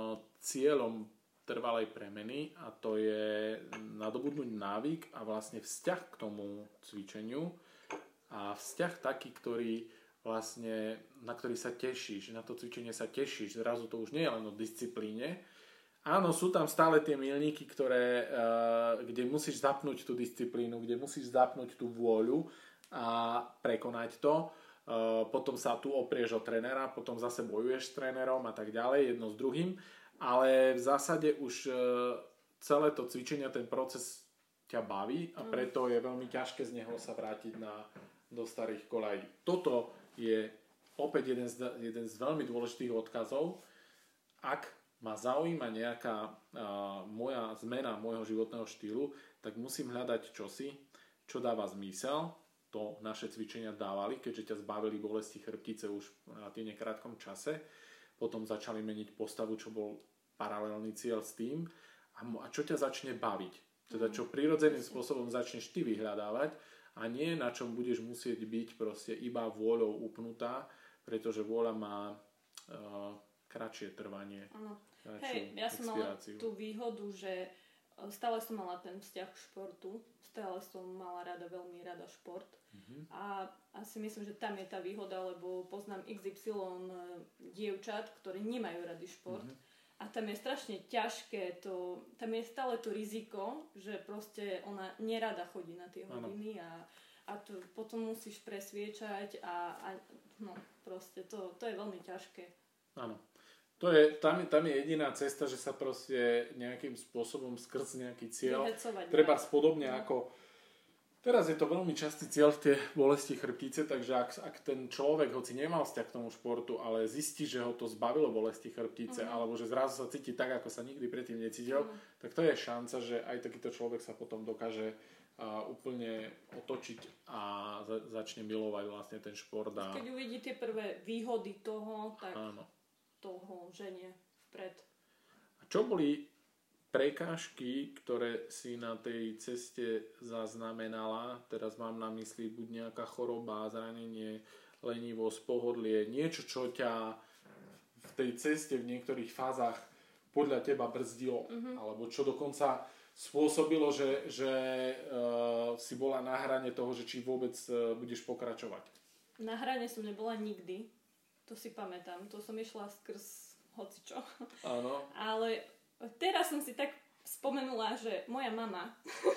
cieľom trvalej premeny, a to je nadobudnúť návyk a vlastne vzťah k tomu cvičeniu a vzťah taký, ktorý vlastne, na ktorý sa tešíš, na to cvičenie sa tešíš, zrazu to už nie je len o disciplíne. Áno, sú tam stále tie milníky, ktoré, kde musíš zapnúť tú disciplínu, kde musíš zapnúť tú vôľu a prekonať to. Uh, potom sa tu oprieš o trénera, potom zase bojuješ s trénerom a tak ďalej, jedno s druhým, ale v zásade už uh, celé to cvičenie, ten proces ťa baví a preto je veľmi ťažké z neho sa vrátiť na, do starých kolají. Toto je opäť jeden z, jeden z veľmi dôležitých odkazov. Ak ma zaujíma nejaká uh, moja zmena môjho životného štýlu, tak musím hľadať čosi, čo dáva zmysel. To naše cvičenia dávali, keďže ťa zbavili bolesti chrbtice už na tým krátkom čase. Potom začali meniť postavu, čo bol paralelný cieľ s tým. A čo ťa začne baviť? Teda čo prirodzeným spôsobom začneš ty vyhľadávať a nie na čom budeš musieť byť proste iba vôľou upnutá, pretože vôľa má uh, kratšie trvanie. Áno. Hej, ja som mala tú výhodu, že stále som mala ten vzťah k športu, stále som mala rada, veľmi rada šport mm-hmm. a asi myslím, že tam je tá výhoda, lebo poznám iks ypsilon dievčat, ktoré nemajú rady šport mm-hmm. a tam je strašne ťažké to, tam je stále to riziko, že proste ona nerada chodí na tie hodiny a, a to potom musíš presviečať a, a no proste to, to je veľmi ťažké. Áno. To je, tam, tam je jediná cesta, že sa proste nejakým spôsobom skrz nejaký cieľ treba spodobne no. ako teraz je to veľmi častý cieľ tie bolesti chrbtice, takže ak, ak ten človek hoci nemal vzťah k tomu športu, ale zistí, že ho to zbavilo bolesti chrbtice uh-huh. alebo že zrazu sa cíti tak, ako sa nikdy predtým necítil, uh-huh. tak to je šanca, že aj takýto človek sa potom dokáže uh, úplne otočiť a za, začne milovať vlastne ten šport. A... Keď uvidí tie prvé výhody toho, tak áno. toho ženie vpred. A čo boli prekážky, ktoré si na tej ceste zaznamenala? Teraz mám na mysli buď nejaká choroba, zranenie, lenivosť, pohodlie, niečo, čo ťa v tej ceste v niektorých fázach podľa teba brzdilo, mm-hmm. alebo čo dokonca spôsobilo, že, že uh, si bola na hrane toho, že či vôbec uh, budeš pokračovať. Na hrane som nebola nikdy. To si pamätám, to som išla skrz hocičo. Áno. Ale teraz som si tak spomenula, že moja mama,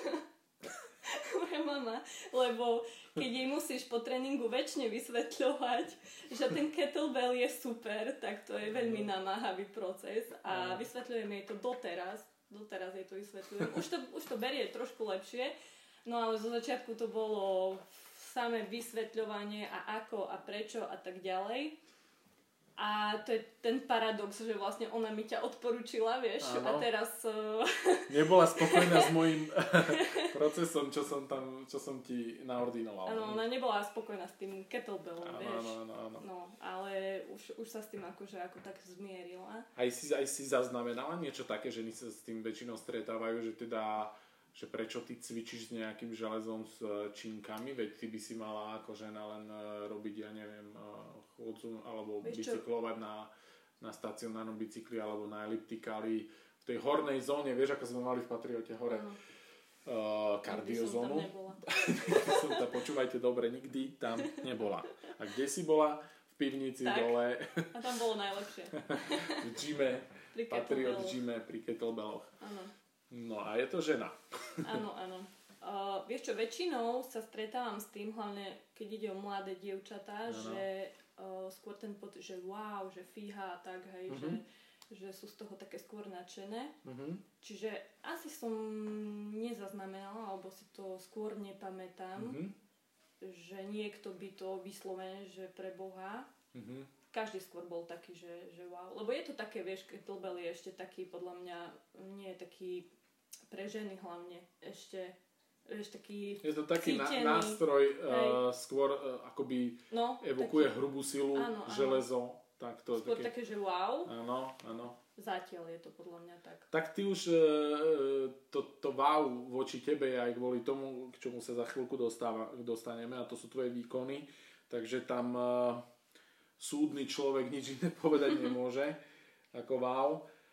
moja mama, lebo keď jej musíš po tréningu väčšine vysvetľovať, že ten kettlebell je super, tak to je veľmi namáhavý proces a vysvetľujem jej to doteraz, doteraz jej to vysvetľujem. Už to, už to berie trošku lepšie, no ale zo začiatku to bolo samé vysvetľovanie a ako a prečo a tak ďalej. A to je ten paradox, že vlastne ona mi ťa odporúčila, vieš, áno. a teraz... Uh... Nebola spokojná s môjim procesom, čo som tam, čo som ti naordinoval. Áno, ona nebola spokojná s tým kettlebellom, áno, vieš. Áno, áno, áno. No, ale už, už sa s tým akože ako tak zmierila. Aj si, aj si zaznamenala niečo také, že oni sa s tým väčšinou stretávajú, že teda... že prečo ty cvičíš s nejakým železom s činkami, veď ty by si mala ako žena len robiť, ja neviem, chôdzu alebo Víš bicyklovať na, na stacionárnom bicykli alebo na eliptikáli v tej hornej zóne, vieš, ako sme mali v Patriote hore uh, kardiozónu. Nikdy som tam, počúvajte dobre, nikdy tam nebola. A kde si bola? V pivnici tak, dole. A tam bolo najlepšie. V gyme, Patriot gyme pri kettlebelloch. Áno. No a je to žena. Áno, áno. Uh, vieš čo, väčšinou sa stretávam s tým, hlavne keď ide o mladé dievčatá, že uh, skôr ten pocit, že wow, že fíha a tak, hej, uh-huh. že, že sú z toho také skôr nadšené. Uh-huh. Čiže asi som nezaznamenala, alebo si to skôr nepamätám, uh-huh. že niekto by to vyslovene, že pre Boha. Uh-huh. Každý skôr bol taký, že, že wow. Lebo je to také, vieš, kettlebell je ešte taký, podľa mňa, nie je taký pre ženy hlavne, ešte, vieš, taký je to taký na, nástroj, uh, skôr uh, akoby no, evokuje taký, hrubú silu, áno, železo. Áno. Tak to skôr také, také, že wow. Áno, áno. Zatiaľ je to podľa mňa tak. Tak ty už uh, to, to wow voči tebe aj kvôli tomu, k čomu sa za chvíľku dostáva, dostaneme, a to sú tvoje výkony. Takže tam... Uh, súdny človek nič iné povedať nemôže ako wow.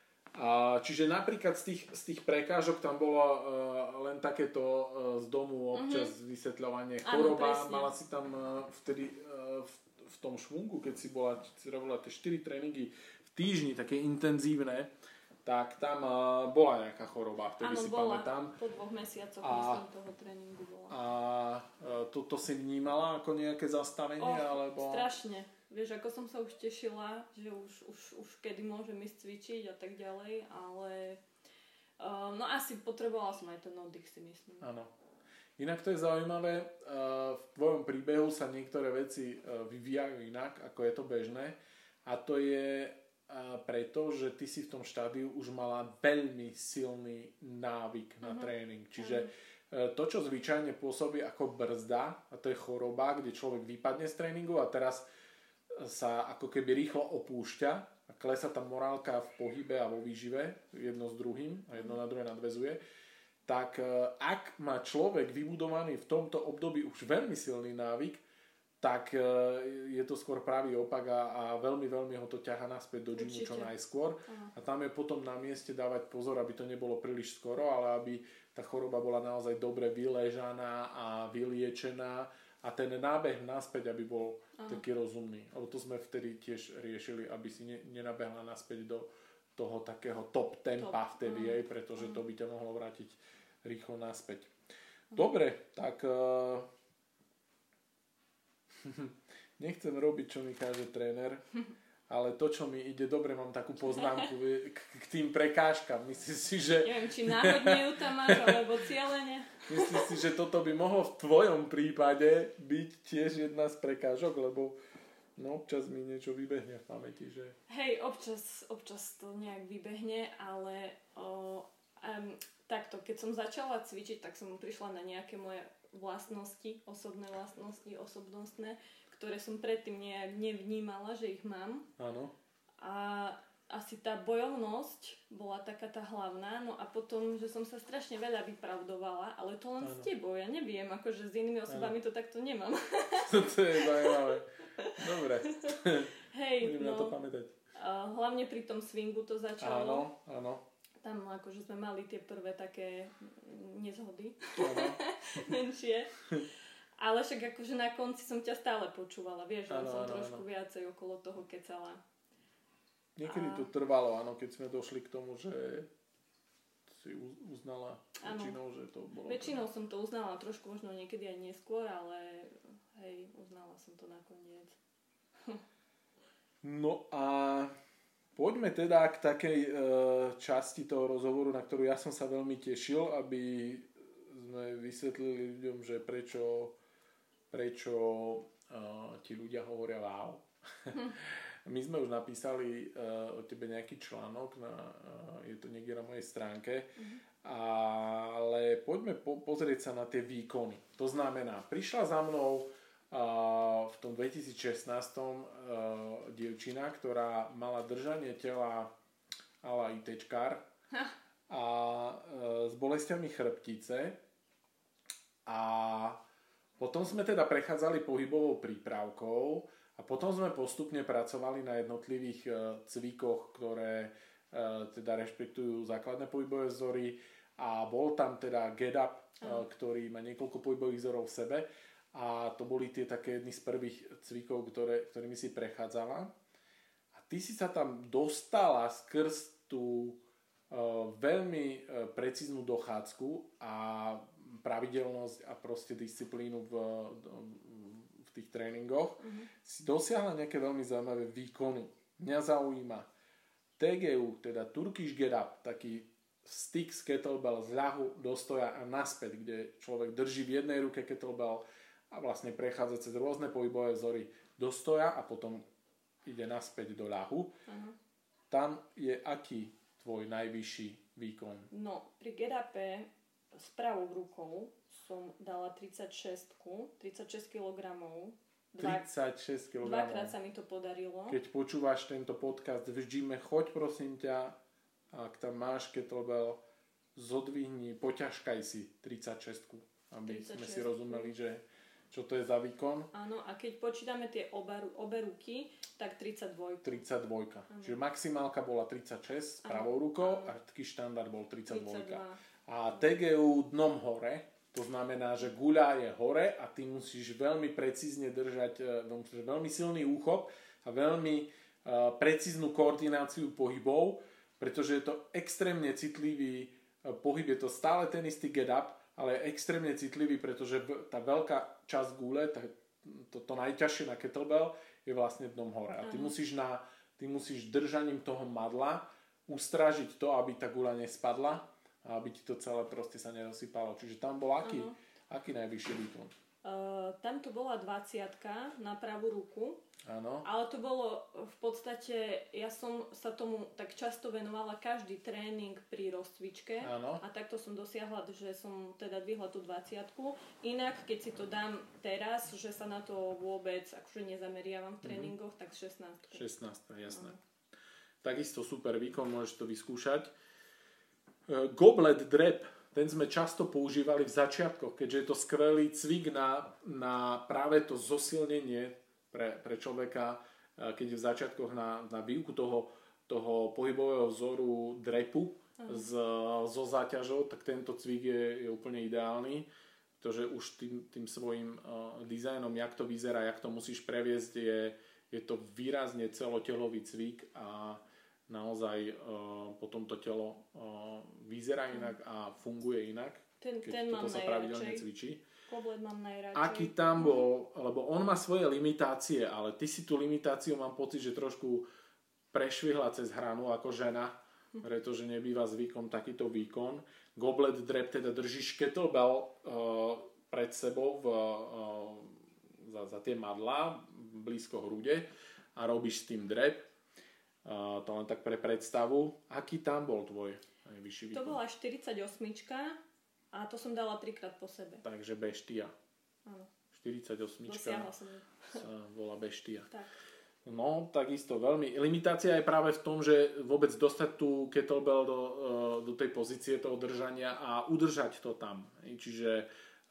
A čiže napríklad z tých, z tých prekážok tam bolo uh, len takéto uh, z domu občas mm-hmm. vysvetľovanie choroba. Áno, mala si tam uh, vtedy uh, v, v tom švungu, keď si bola, si robila tie štyri tréningy v týždni, také intenzívne, tak tam uh, bola nejaká choroba, vtedy áno, si bola. pamätám. Po dvoch mesiacoch a, myslím toho tréningu bola. A uh, toto si vnímala ako nejaké zastavenie? Oh, alebo... strašne. Vieš, ako som sa už tešila, že už, už, už kedy môžem ísť cvičiť a tak ďalej, ale uh, no asi potrebovala som aj ten oddych, si myslím. Áno. Inak to je zaujímavé, uh, v tvojom príbehu sa niektoré veci uh, vyvíjajú inak, ako je to bežné, a to je uh, preto, že ty si v tom štádiu už mala veľmi silný návyk na uh-huh. tréning. Čiže uh-huh. to, čo zvyčajne pôsobí ako brzda, a to je choroba, kde človek vypadne z tréningu a teraz sa ako keby rýchlo opúšťa a klesá tá morálka v pohybe a vo výžive jedno s druhým a jedno na druhé nadväzuje, tak ak má človek vybudovaný v tomto období už veľmi silný návyk, tak je to skôr pravý opak a, a veľmi, veľmi ho to ťaha naspäť do gymu čo najskôr. Aha. A tam je potom na mieste dávať pozor, aby to nebolo príliš skoro, ale aby tá choroba bola naozaj dobre vyležaná a vyliečená a ten nábeh naspäť, aby bol Aha. taký rozumný. Lebo to sme vtedy tiež riešili, aby si ne, nenabehla naspäť do toho takého top tempa top. vtedy, jej, pretože Aha. to by ťa mohlo vrátiť rýchlo naspäť. Aha. Dobre, tak uh, nechcem robiť, čo mi káže tréner, ale to, čo mi ide dobre, mám takú poznámku k, k tým prekážkam. Myslíš si, že... Neviem, či náhodne ju tam máš, alebo cieľene. Myslíš si, že toto by mohlo v tvojom prípade byť tiež jedna z prekážok, lebo no, občas mi niečo vybehne v pamäti, že... Hej, občas, občas to nejak vybehne, ale o, um, takto, keď som začala cvičiť, tak som prišla na nejaké moje vlastnosti, osobné vlastnosti, osobnostné, ktoré som predtým nejak nevnímala, že ich mám. Áno. A asi tá bojovnosť bola taká tá hlavná, no a potom, že som sa strašne veľa vypravdovala, ale to len ano. s tebou, ja neviem, akože s inými osobami ano. to takto nemám. To je zaujímavé. Dobre. Hej, budem no, na to pamätať. Hlavne pri tom swingu to začalo. Áno, áno. Tam akože sme mali tie prvé také nezhody. Menšie. Ale však akože na konci som ťa stále počúvala, vieš, že som ano, trošku ano. viacej okolo toho kecala. Niekedy a... to trvalo, áno, keď sme došli k tomu, že si uznala väčšinou, že to bolo... Väčšinou som to uznala, trošku možno niekedy aj neskôr, ale hej, uznala som to nakoniec. No a poďme teda k takej e, časti toho rozhovoru, na ktorú ja som sa veľmi tešil, aby sme vysvetlili ľuďom, že prečo, prečo uh, ti ľudia hovoria wow. My sme už napísali uh, o tebe nejaký článok, na, uh, je to niekde na mojej stránke, mm-hmm. ale poďme po- pozrieť sa na tie výkony. To znamená, prišla za mnou uh, v tom dvetisícšestnásť uh, dievčina, ktorá mala držanie tela a la ITčkár a uh, s bolestiami chrbtice a potom sme teda prechádzali pohybovou prípravkou a potom sme postupne pracovali na jednotlivých uh, cvikoch, ktoré uh, teda rešpektujú základné pohybové vzory a bol tam teda Get Up, uh, ktorý má niekoľko pohybových vzorov v sebe a to boli tie také jedny z prvých cvikov, ktoré, ktorými si prechádzala. A ty si sa tam dostala skrz tú uh, veľmi uh, precíznu dochádzku a pravidelnosť a proste disciplínu v, v tých tréningoch, mm-hmm. si dosiahla nejaké veľmi zaujímavé výkony. Mňa zaujíma té gé ú, teda Turkish Get Up, taký stick z kettlebell z ľahu do stoja a naspäť, kde človek drží v jednej ruke kettlebell a vlastne prechádza cez rôzne pohybové vzory do stoja a potom ide naspäť do ľahu. Mm-hmm. Tam je aký tvoj najvyšší výkon? No, pri Get Upe s pravou rukou som dala tridsaťšesť, tridsaťšesť kilogramov. Dva, tridsaťšesť kilogramov. Dvakrát sa mi to podarilo. Keď počúvaš tento podcast v gyme, choď prosím ťa, ak tam máš kettlebell, zodvihni, poťažkaj si tridsaťšesť, aby tridsaťšesť. Sme si rozumeli, že čo to je za výkon. Áno, a keď počítame tie oba, obe ruky, tak tridsaťdva. tridsaťdva. Áno. Čiže maximálka bola tridsaťšesť s pravou rukou a taký štandard bol tridsaťdva. tridsaťdva. A té gé ú dnom hore, to znamená, že guľa je hore a ty musíš veľmi precízne držať, veľmi silný úchop a veľmi uh, precíznu koordináciu pohybov, pretože je to extrémne citlivý uh, pohyb, je to stále ten istý Get Up, ale je extrémne citlivý, pretože tá veľká časť gule, tá, to, to najťažšie na kettlebell je vlastne dnom hore. A ty musíš, na, ty musíš držaním toho madla ustrážiť to, aby tá guľa nespadla, a aby ti to celé proste sa nerozsypalo. Čiže tam bol aký, aký najvyšší výkon? Uh, tam to bola dvadsiatka na pravú ruku. Áno. Ale to bolo v podstate, ja som sa tomu tak často venovala každý tréning pri rozcvičke. Áno. A takto som dosiahla, že som teda dvihla tú dvadsiatku. Inak, keď si to dám teraz, že sa na to vôbec akože nezameriavam v tréningoch, mm-hmm. tak šestnásť. šestnásť, jasné. Áno. Takisto super výkon, môžeš to vyskúšať. Goblet drep, ten sme často používali v začiatkoch, keďže je to skvelý cvik na, na práve to zosilnenie pre, pre človeka, keď je v začiatkoch na, na výuku toho, toho pohybového vzoru drepu z, so záťažou, tak tento cvik je, je úplne ideálny, pretože už tým, tým svojim uh, dizajnom, jak to vyzerá, jak to musíš previesť, je, je to výrazne celotelový cvik a naozaj uh, potom to telo uh, vyzerá inak a funguje inak, ten, keď ten toto sa pravidelne cvičí. Goblet mám najradšej. Aký tam bol, lebo on má svoje limitácie, ale ty si tú limitáciu, mám pocit, že trošku prešvihla cez hranu ako žena, pretože nebýva zvykom takýto výkon. Goblet drep, teda držíš kettlebell uh, pred sebou v, uh, za, za tie madlá blízko hrude a robíš s tým drep. Uh, to len tak pre predstavu. Aký tam bol tvoj najvyšší výkon? To bola štyridsaťosem a to som dala trikrát po sebe. Takže beštia. Áno. štyridsaťosem Dosiahla som ju. Sa volá beštia. Tak. No, takisto veľmi. Limitácia je práve v tom, že vôbec dostať tú kettlebell do, do tej pozície toho držania a udržať to tam. Čiže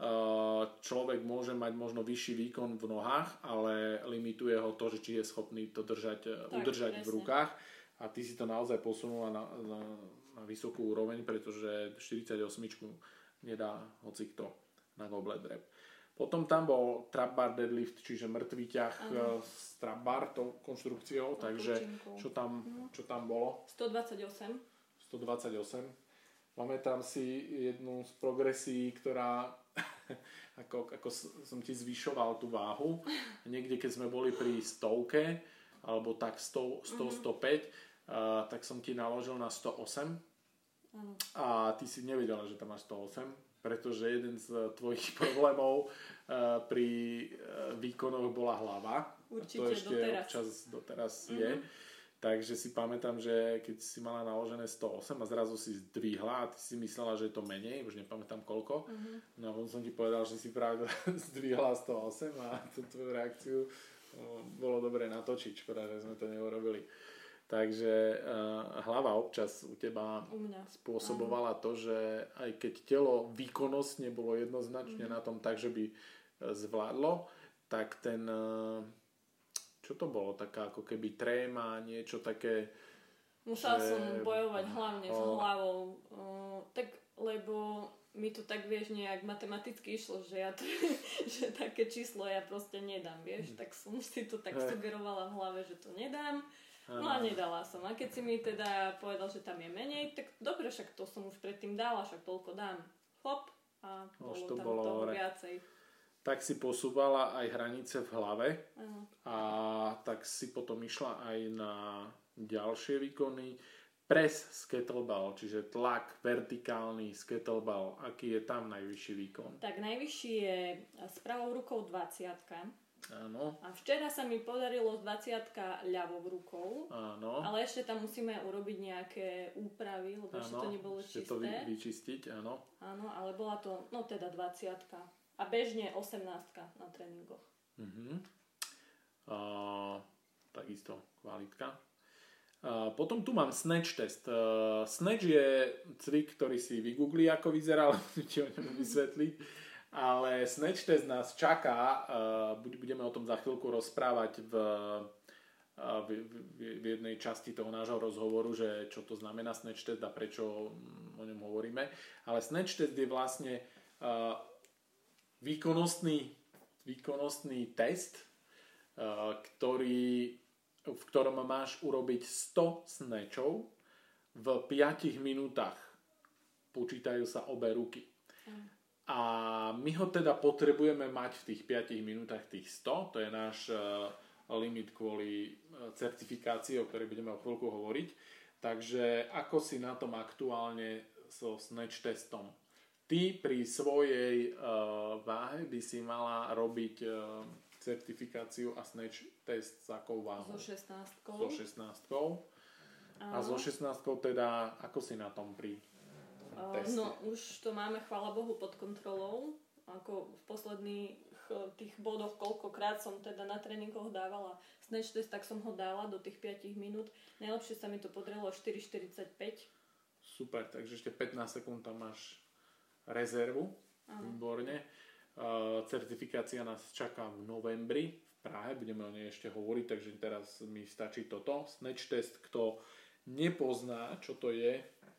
človek môže mať možno vyšší výkon v nohách, ale limituje ho to, že či je schopný to držať, tak, udržať presne v rukách. A ty si to naozaj posunula na, na, na vysokú úroveň, pretože štyridsaťosem nedá hocikto na goblet drep. Potom tam bol trap bar deadlift, čiže mŕtvý ťah uh-huh. s trap bar tou konštrukciou, takže čo tam, čo tam bolo? stodvadsaťosem. stodvadsaťosem. Pamätám si jednu z progresí, ktorá ako, ako som ti zvyšoval tú váhu. Niekde, keď sme boli pri stovke, alebo tak sto, sto, stopäť, uh, tak som ti naložil na sto osem. Uh-huh. A ty si nevedela, že tam máš sto osem, pretože jeden z tvojich problémov uh, pri uh, výkonoch bola hlava. určite to ešte doteraz. občas doteraz mm-hmm. je. Takže si pamätám, že keď si mala naložené sto osem a zrazu si zdvihla a ty si myslela, že je to menej, už nepamätám koľko. Mm-hmm. No a potom som ti povedal, že si práve zdvihla sto osem a tú tvoju reakciu o, bolo dobre natočiť, škoda, že sme to neurobili. Takže uh, hlava občas u teba u mňa. spôsobovala Aha. to, že aj keď telo výkonnostne bolo jednoznačne mm-hmm. na tom tak, že by zvládlo, tak ten... Uh, čo to bolo? Taká ako keby tréma, niečo také... Musela že... som bojovať hlavne o... s hlavou. Uh, tak, lebo mi to tak, vieš, nejak matematicky išlo, že ja to, že také číslo ja proste nedám, vieš. Tak som si to tak sugerovala v hlave, že to nedám. No a nedala som. A keď si mi teda povedal, že tam je menej, tak dobre, však to som už predtým dala, však toľko dám. Hop. A bolo to tam bolo toho re... viacej. Tak si posúvala aj hranice v hlave uh-huh. a tak si potom išla aj na ďalšie výkony. Pres z kettlebell, čiže tlak vertikálny z kettlebell. Aký je tam najvyšší výkon? Tak najvyšší je s pravou rukou dvadsiatka. Áno. A včera sa mi podarilo dvadsiatka ľavou rukou. Áno. Ale ešte tam musíme urobiť nejaké úpravy, lebo áno, ešte to nebolo ešte čisté. to vy, vyčistiť, áno. Áno, ale bola to, no teda dvadsiatka. A bežne osemnástka na tréningoch. Uh-huh. A, takisto kvalitka. A, potom tu mám snatch test. Uh, snatch je cvik, ktorý si vygooglí, ako vyzerá, ale ti ho neviem vysvetliť. Ale snatch test nás čaká, uh, budeme o tom za chvíľku rozprávať v, uh, v, v, v jednej časti toho nášho rozhovoru, že čo to znamená snatch test a prečo o ňom hovoríme. Ale snatch test je vlastne uh, Výkonnostný, výkonnostný test, uh, ktorý, v ktorom máš urobiť sto snatchov v päť minútach. Počítajú sa obe ruky. Mm. A my ho teda potrebujeme mať v tých päť minútach tých sto. To je náš uh, limit kvôli uh, certifikácii, o ktorej budeme o chvíľku hovoriť. Takže ako si na tom aktuálne so snatch testom? Ty pri svojej uh, váhe by si mala robiť uh, certifikáciu a snatch test s akou váhou? So šestnástkou. So šestnástkou. A so šestnástkou teda, ako si na tom pri uh, teste? No už to máme, chvála Bohu, pod kontrolou. Ako v posledných tých bodoch, koľkokrát som teda na tréningoch dávala snatch test, tak som ho dala do tých päť minút. Najlepšie sa mi to podarilo štyri štyridsaťpäť. Super, takže ešte pätnásť sekúnd tam máš rezervu, Aha. výborne. Uh, certifikácia nás čaká v novembri v Prahe, budeme o nej ešte hovoriť, takže teraz mi stačí toto. Snatch test, kto nepozná, čo to je,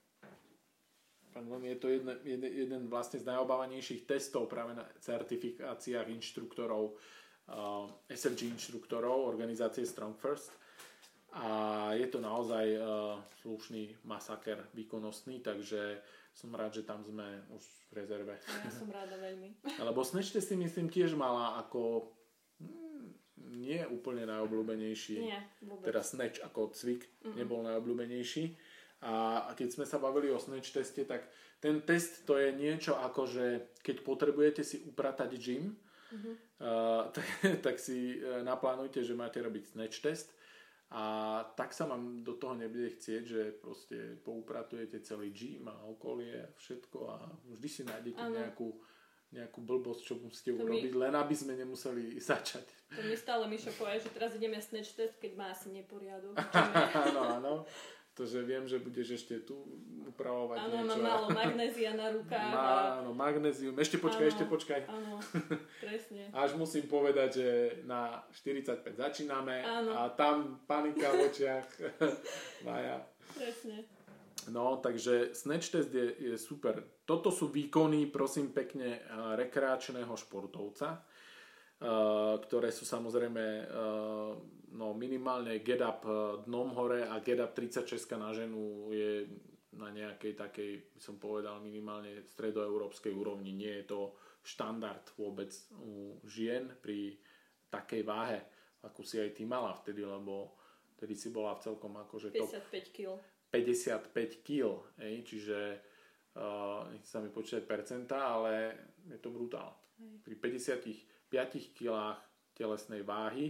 je to jeden, jeden, jeden vlastne z najobávanejších testov práve na certifikáciách inštruktorov, uh, es ef gé inštruktorov, organizácie Strong First. A je to naozaj uh, slušný masaker výkonnostný, takže som rád, že tam sme už v rezerve. Ja som ráda veľmi. Lebo snatch test si myslím tiež mala ako hm, nie úplne najobľúbenejší. Nie, vôbec. Teda snatch ako cvik Mm-mm. nebol najobľúbenejší. A keď sme sa bavili o snatch teste, tak ten test to je niečo ako, že keď potrebujete si upratať gym, mm-hmm. uh, tak, tak si naplánujte, že máte robiť snatch test. A tak sa vám do toho nebude chcieť, že proste poupratujete celý gym a okolie, všetko a vždy si nájdete nejakú, nejakú blbosť, čo musíte to urobiť, mi... len aby sme nemuseli začať. To mi stále Mišo povie, že teraz ideme snatch test, keď má asi neporiadok. Áno, áno. To, že viem, že budeš ešte tu upravovať áno, niečo. Áno, mám málo magnézia na rukách. Má, a... Áno, magnézium. Ešte počkaj, áno, ešte počkaj. Áno, presne. Až musím povedať, že na štyridsaťpäť začíname áno. A tam panika v očiach. Maja. Presne. No, takže snatch test je, je super. Toto sú výkony, prosím pekne, rekreačného športovca, ktoré sú samozrejme no, minimálne get up dnom hore a get up tridsaťšesť na ženu je na nejakej takej, by som povedal, minimálne stredoeurópskej úrovni. Nie je to štandard vôbec u žien pri takej váhe, akú si aj ty mala vtedy, lebo vtedy si bola v celkom akože top päťdesiatpäť kilogramov. päťdesiatpäť kilogramov, čiže uh, nechci sa mi počítať percentá, ale je to brutál. Hej. Pri päťdesiatpäť kilách telesnej váhy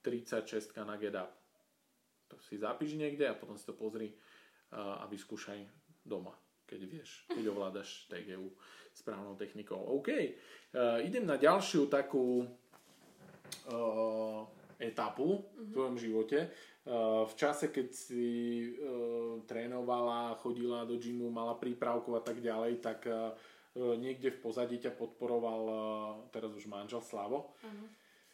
tridsaťšesť na get up. To si zapíš niekde a potom si to pozri uh, a vyskúšaj doma, keď vieš, keď ovládaš té gé ú správnou technikou. OK, uh, idem na ďalšiu takú uh, etapu mm-hmm. v tvojom živote. Uh, v čase, keď si uh, trénovala, chodila do gymu, mala prípravku a tak ďalej, tak uh, niekde v pozadí ťa podporoval uh, teraz už manžel Slavo. Mm-hmm.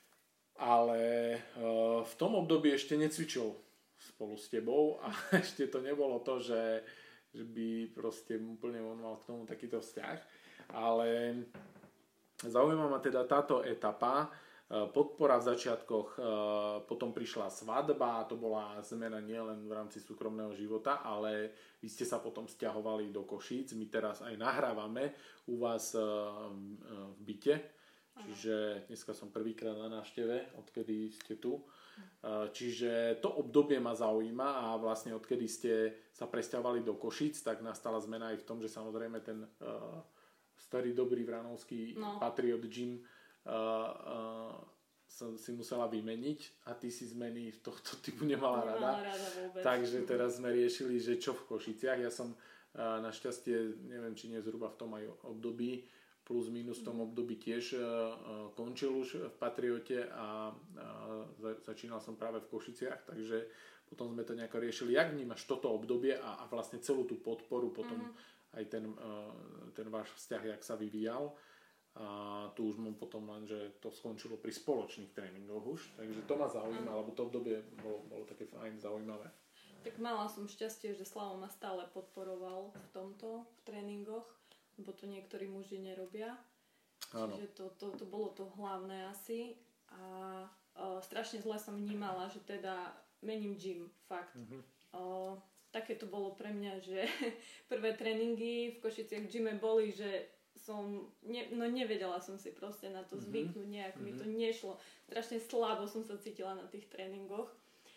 Ale uh, v tom období ešte necvičil spolu s tebou a ešte to nebolo to, že, že by proste úplne on mal k tomu takýto vzťah. Ale zaujíma ma teda táto etapa, podpora v začiatkoch, potom prišla svadba, to bola zmena nielen v rámci súkromného života, ale vy ste sa potom sťahovali do Košíc, my teraz aj nahrávame u vás v byte, čiže dneska som prvýkrát na návšteve, odkedy ste tu. Čiže to obdobie ma zaujíma a vlastne odkedy ste sa presťahovali do Košíc, tak nastala zmena aj v tom, že samozrejme ten uh, starý dobrý vranovský no. Patriot Gym uh, uh, som si musela vymeniť a ty si zmeny tohto typu nemala, nemala rada. rada Takže teraz sme riešili, že čo v Košiciach. Ja som uh, našťastie, neviem či nie zhruba v tom aj období, plus minus v tom období tiež uh, končil už v Patriote a uh, začínal som práve v Košiciach, takže potom sme to nejako riešili. Jak vnímaš toto obdobie a, a vlastne celú tú podporu, potom mm-hmm. aj ten, uh, ten váš vzťah, jak sa vyvíjal. A tu už mám potom len, že to skončilo pri spoločných tréningoch už, takže to ma zaujíma, mm. lebo to obdobie bolo, bolo také fajn, zaujímavé. Tak mala som šťastie, že Slavo ma stále podporoval v tomto, v tréningoch, lebo to niektorí muži nerobia. Áno. Čiže to, to, to bolo to hlavné asi. A o, strašne zle som vnímala, že teda mením gym, fakt. Mm-hmm. O, také to bolo pre mňa, že prvé tréningy v Košiciach v gyme boli, že som, ne, no nevedela som si proste na to mm-hmm. zvyknúť, nejak mm-hmm. mi to nešlo. Strašne slabo som sa cítila na tých tréningoch.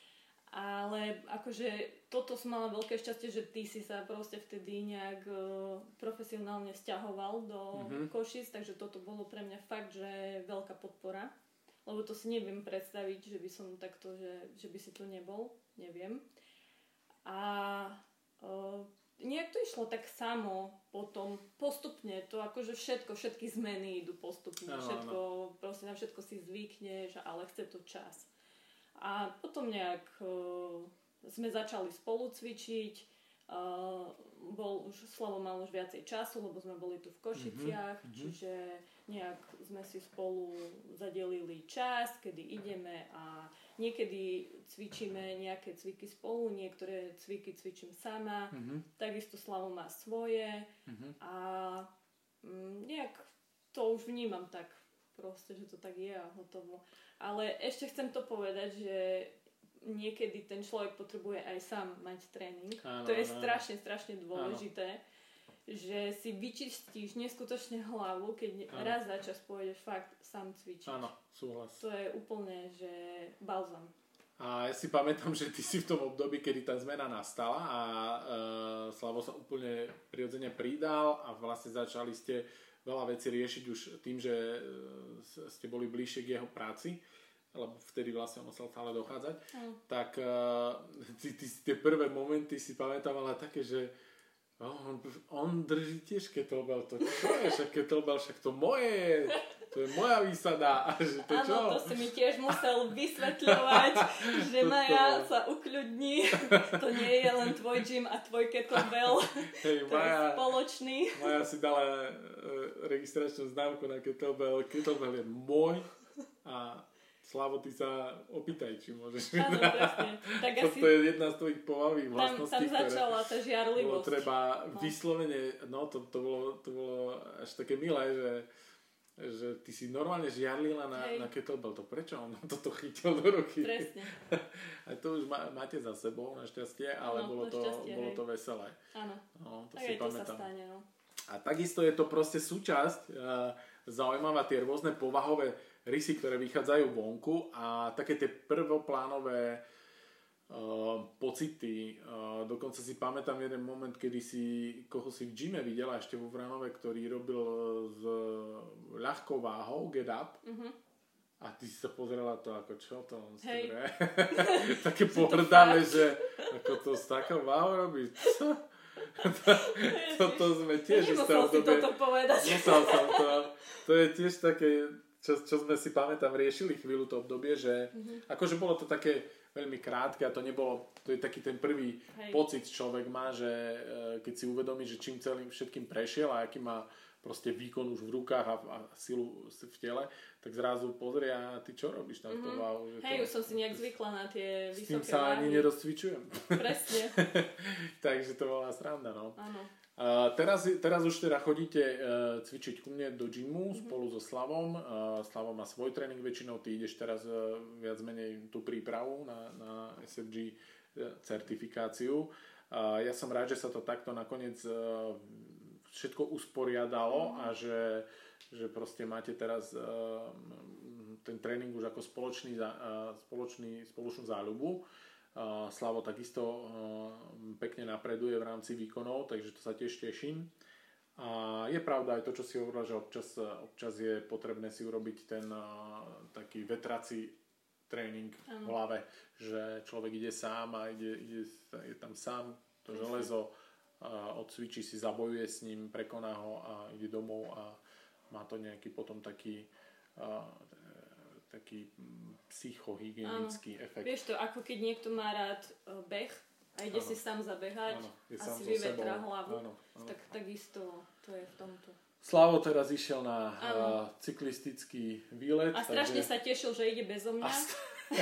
Ale akože toto som mala veľké šťastie, že ty si sa proste vtedy nejak uh, profesionálne sťahoval do mm-hmm. Košic, takže toto bolo pre mňa fakt, že veľká podpora. Lebo to si neviem predstaviť, že by som takto, že, že by si to nebol, neviem. A uh, nejak to išlo tak samo potom, postupne, to akože všetko, všetky zmeny idú postupne, no, všetko, no. proste na všetko si zvykneš, ale chce to čas. A potom nejak uh, sme začali spolu cvičiť, uh, bol už, Slavo mal už viacej času, lebo sme boli tu v Košiciach, mm-hmm. čiže nejak sme si spolu zadelili čas, kedy ideme a niekedy cvičíme nejaké cviky spolu, niektoré cviky cvičím sama, mm-hmm. takisto Slavo má svoje mm-hmm. a um, nejak to už vnímam tak proste, že to tak je a hotovo. Ale ešte chcem to povedať, že niekedy ten človek potrebuje aj sám mať tréning. Áno, to je áno. strašne, strašne dôležité, áno. že si vyčistíš neskutočne hlavu, keď áno. raz za čas pôjdeš fakt sám cvičiť. Áno, súhlas. To je úplne, že balzam. A ja si pamätám, že ty si v tom období, kedy tá zmena nastala a uh, Slavo sa úplne prirodzene pridal a vlastne začali ste veľa vecí riešiť už tým, že ste boli bližšie k jeho práci, lebo vtedy vlastne on musel stále dochádzať. Mm. Tak uh, ty, ty, tie prvé momenty si pamätám, ale také, že oh, on, on drží tiež kettlebell, to čo je, však kettlebell, však to moje, to je moja výsada. Áno, to si mi tiež musel vysvetľovať, že Maja sa ukľudní, to nie je len tvoj gym a tvoj kettlebell, hey, to Maja, je spoločný. Maja si dala uh, registračnú známku na kettlebell, kettlebell je môj a Slavo, ty sa opýtaj, či môžeš. Áno, presne. Tak asi... To je jedna z tvojich povahových vlastností, tam, tam začala tá žiarlivosť. Bolo treba no. vyslovene, no to, to, bolo, to bolo až také milé, že, že ty si normálne žiarlila na, na kettlebell. To prečo on toto chytil do ruky? Presne. A to už má, máte za sebou, našťastie, ale ano, bolo, to, bolo to veselé. Áno, no, to tak si aj to sa stane. No. A takisto je to proste súčasť, uh, zaujímavá tie rôzne povahové rysy, ktoré vychádzajú vonku a také tie prvoplánové uh, pocity. Uh, dokonca si pamätám jeden moment, kedy si, koho si v gyme videla ešte vo Vranove, ktorý robil s ľahkou váhou get up. Mm-hmm. A ty si sa pozerala to ako čo to on Hej. také pohrdavé, že ako to s takou wow robí. Co? Toto sme tiež isté obdobie. Nemusel si toto povedať. Musel som to. To je tiež také, čo, čo sme si pamätám, riešili chvíľu to obdobie, že mm-hmm. akože bolo to také veľmi krátke a to nebolo, to je taký ten prvý Hej. pocit človek má, že keď si uvedomí, že čím celým všetkým prešiel a aký má proste výkon už v rukách a, a silu v tele, tak zrazu pozrie a ty čo robíš tam mm-hmm. v tom wow. Hej, to, už som si nejak zvykla na tie vysoké váhy. S tým sa ani nerozcvičujem. Presne. Takže to bola sranda, no. Áno. Uh, teraz, teraz už teda chodíte uh, cvičiť ku mne do gymu mm-hmm. spolu so Slavom. Uh, Slavo má svoj tréning väčšinou, ty ideš teraz uh, viac menej tú prípravu na, na es ef gé uh, certifikáciu. Uh, ja som rád, že sa to takto nakoniec uh, všetko usporiadalo mm-hmm. a že, že proste máte teraz uh, ten tréning už ako spoločný, uh, spoločný, spoločnú záľubu. Uh, Slavo takisto uh, pekne napreduje v rámci výkonov, takže to sa tiež teším. A je pravda aj to, čo si hovorila, že občas, občas je potrebné si urobiť ten uh, taký vetrací tréning ano. V hlave, že človek ide sám a ide, ide, je tam sám, to Myslím. železo uh, odcvičí si, zabojuje s ním, prekoná ho a ide domov a má to nejaký potom taký uh, taký psychohygienický áno. efekt. Vieš to, ako keď niekto má rád uh, beh a ide áno. si sám zabehať áno, a si so vyvetrá hlavu, áno, áno. tak takisto to je v tomto. Slavo teraz išiel na uh, cyklistický výlet. A strašne takže... sa tešil, že ide bezo mňa. St-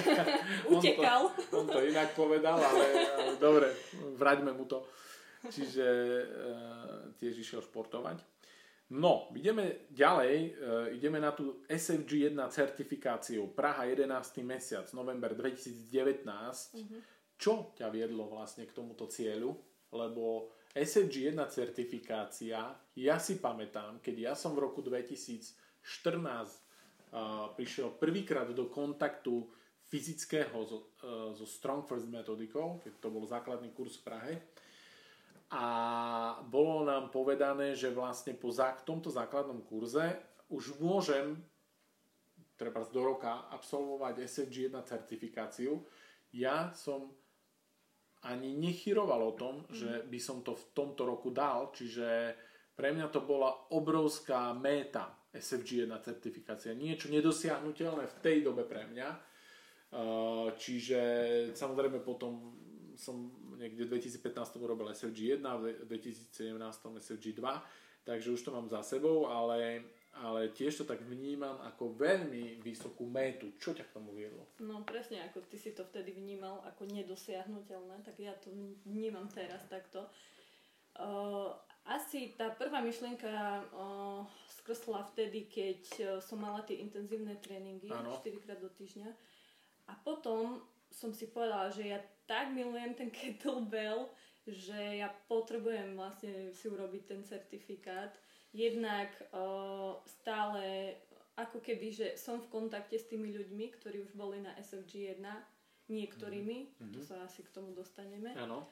Utekal. on, to, on to inak povedal, ale, ale dobre, vraťme mu to. Čiže uh, tiež išiel športovať. No, ideme ďalej, uh, ideme na tú es ef gé jeden certifikáciu. Praha jedenásty mesiac, november dvetisícdevätnásť. Uh-huh. Čo ťa viedlo vlastne k tomuto cieľu? Lebo es ef gé jeden certifikácia, ja si pamätám, keď ja som v roku dvetisícštrnásť uh, prišiel prvýkrát do kontaktu fyzického so, uh, so Strong First metodikou, keď to bol základný kurz v Prahe, a bolo nám povedané, že vlastne po zá- tomto základnom kurze už môžem treba do roka absolvovať es ef gé jeden certifikáciu. Ja som ani nechyroval o tom, mm. že by som to v tomto roku dal, čiže pre mňa to bola obrovská méta es ef gé jeden certifikácia. Niečo nedosiahnuteľné v tej dobe pre mňa. Čiže samozrejme potom som niekde v dvetisícpätnásť urobil es ef gé jeden, v dvetisícsedemnásť es ef gé dva, takže už to mám za sebou, ale, ale tiež to tak vnímam ako veľmi vysokú métu. Čo ťa k tomu viedlo? No presne, ako ty si to vtedy vnímal ako nedosiahnuteľné, tak ja to vnímam teraz takto. Uh, asi tá prvá myšlienka uh, skrsla vtedy, keď som mala tie intenzívne tréningy štyrikrát do týždňa a potom som si povedala, že ja tak milujem ten kettlebell, že ja potrebujem vlastne si urobiť ten certifikát. Jednak uh, stále ako keby, že som v kontakte s tými ľuďmi, ktorí už boli na es ef gé jeden, niektorými, mm-hmm. to sa asi k tomu dostaneme. Áno.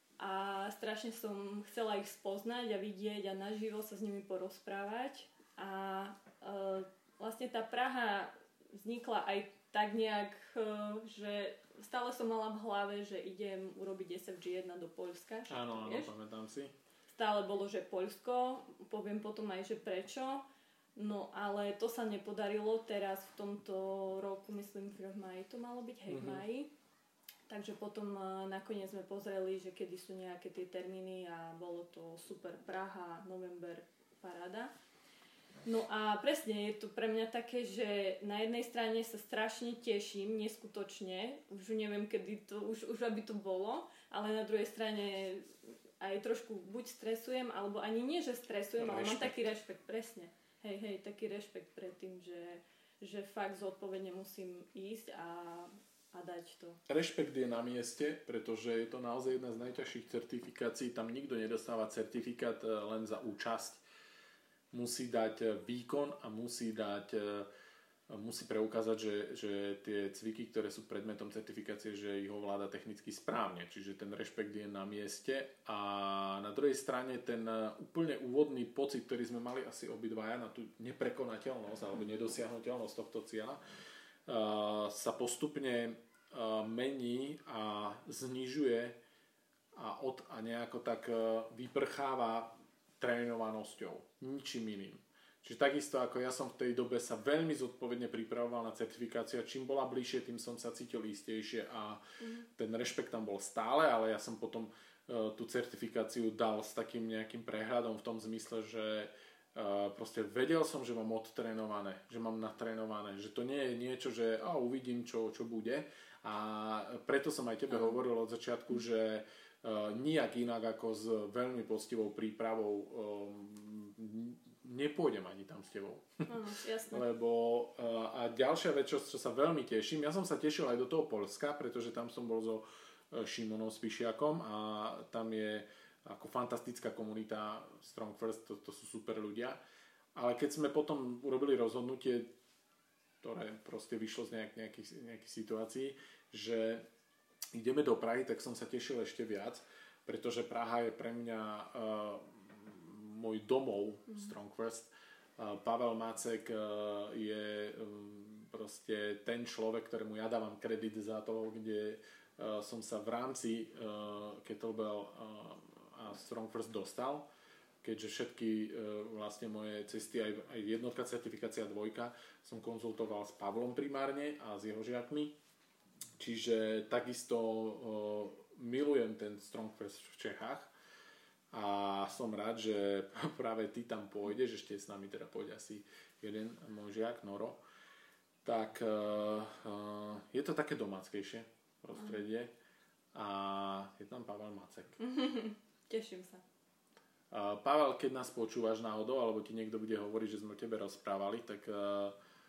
A strašne som chcela ich spoznať a vidieť a naživo sa s nimi porozprávať. A uh, vlastne tá Praha vznikla aj tak nejak, uh, že stále som mala v hlave, že idem urobiť es ef gé jeden do Poľska. Áno, áno, pamätám si. Stále bolo, že Poľsko, poviem potom aj, že prečo. No, ale to sa nepodarilo teraz v tomto roku, myslím, že v máji to malo byť, hej, mm-hmm. v máji. Takže potom uh, nakoniec sme pozreli, že kedy sú nejaké tie termíny a bolo to super Praha, november, paráda. No a presne je to pre mňa také, že na jednej strane sa strašne teším, neskutočne, už neviem kedy to, už, už aby to bolo, ale na druhej strane aj trošku buď stresujem, alebo ani nie, že stresujem, ale mám taký rešpekt, presne. Hej, hej, taký rešpekt pred tým, že, že fakt zodpovedne musím ísť a, a dať to. Rešpekt je na mieste, pretože je to naozaj jedna z najťažších certifikácií, tam nikto nedostáva certifikát len za účasť. Musí dať výkon a musí dať, musí preukázať, že, že tie cviky, ktoré sú predmetom certifikácie, že ich ovláda technicky správne. Čiže ten rešpekt je na mieste a na druhej strane ten úplne úvodný pocit, ktorý sme mali asi obidvaja na tú neprekonateľnosť alebo nedosiahnuteľnosť tohto cieľa, uh, sa postupne uh, mení a znižuje a, od, a nejako tak uh, vyprcháva trénovanosťou, ničím iným. Čiže takisto ako ja som v tej dobe sa veľmi zodpovedne pripravoval na certifikáciu a čím bola bližšie, tým som sa cítil istejšie a mm. ten rešpekt tam bol stále, ale ja som potom uh, tú certifikáciu dal s takým nejakým prehľadom v tom zmysle, že uh, proste vedel som, že mám odtrénované, že mám natrénované, že to nie je niečo, že a uvidím, čo, čo bude a preto som aj tebe mm. hovoril od začiatku, že uh, nijak inak ako s veľmi poctivou prípravou um, nepôjdem ani tam s tebou. Áno, jasné. Lebo uh, a ďalšia vec, čo, čo sa veľmi teším, ja som sa tešil aj do toho Poľska, pretože tam som bol so uh, Šimonom Spišiakom a tam je ako fantastická komunita Strong First, to, to sú super ľudia. Ale keď sme potom urobili rozhodnutie, ktoré proste vyšlo z nejak, nejakých, nejakých situácií, že ideme do Prahy, tak som sa tešil ešte viac, pretože Praha je pre mňa uh, môj domov, mm. Strong First. Uh, Pavel Macek uh, je um, proste ten človek, ktorému ja dávam kredit za to, kde uh, som sa v rámci uh, Kettlebell uh, a Strong First dostal, keďže všetky uh, vlastne moje cesty, aj, aj jednotka, certifikácia, dvojka, som konzultoval s Pavlom primárne a s jeho žiakmi. Čiže takisto uh, milujem ten Strong First v Čechách. A som rád, že práve ty tam pôjdeš, ešte s nami teda pôjde asi jeden môj žiak, Noro. Tak uh, uh, je to také domáckejšie prostredie a je tam Pavel Macek. Teším sa. Uh, Pavel, keď nás počúvaš náhodou, alebo ti niekto bude hovoriť, že sme o tebe rozprávali, tak uh,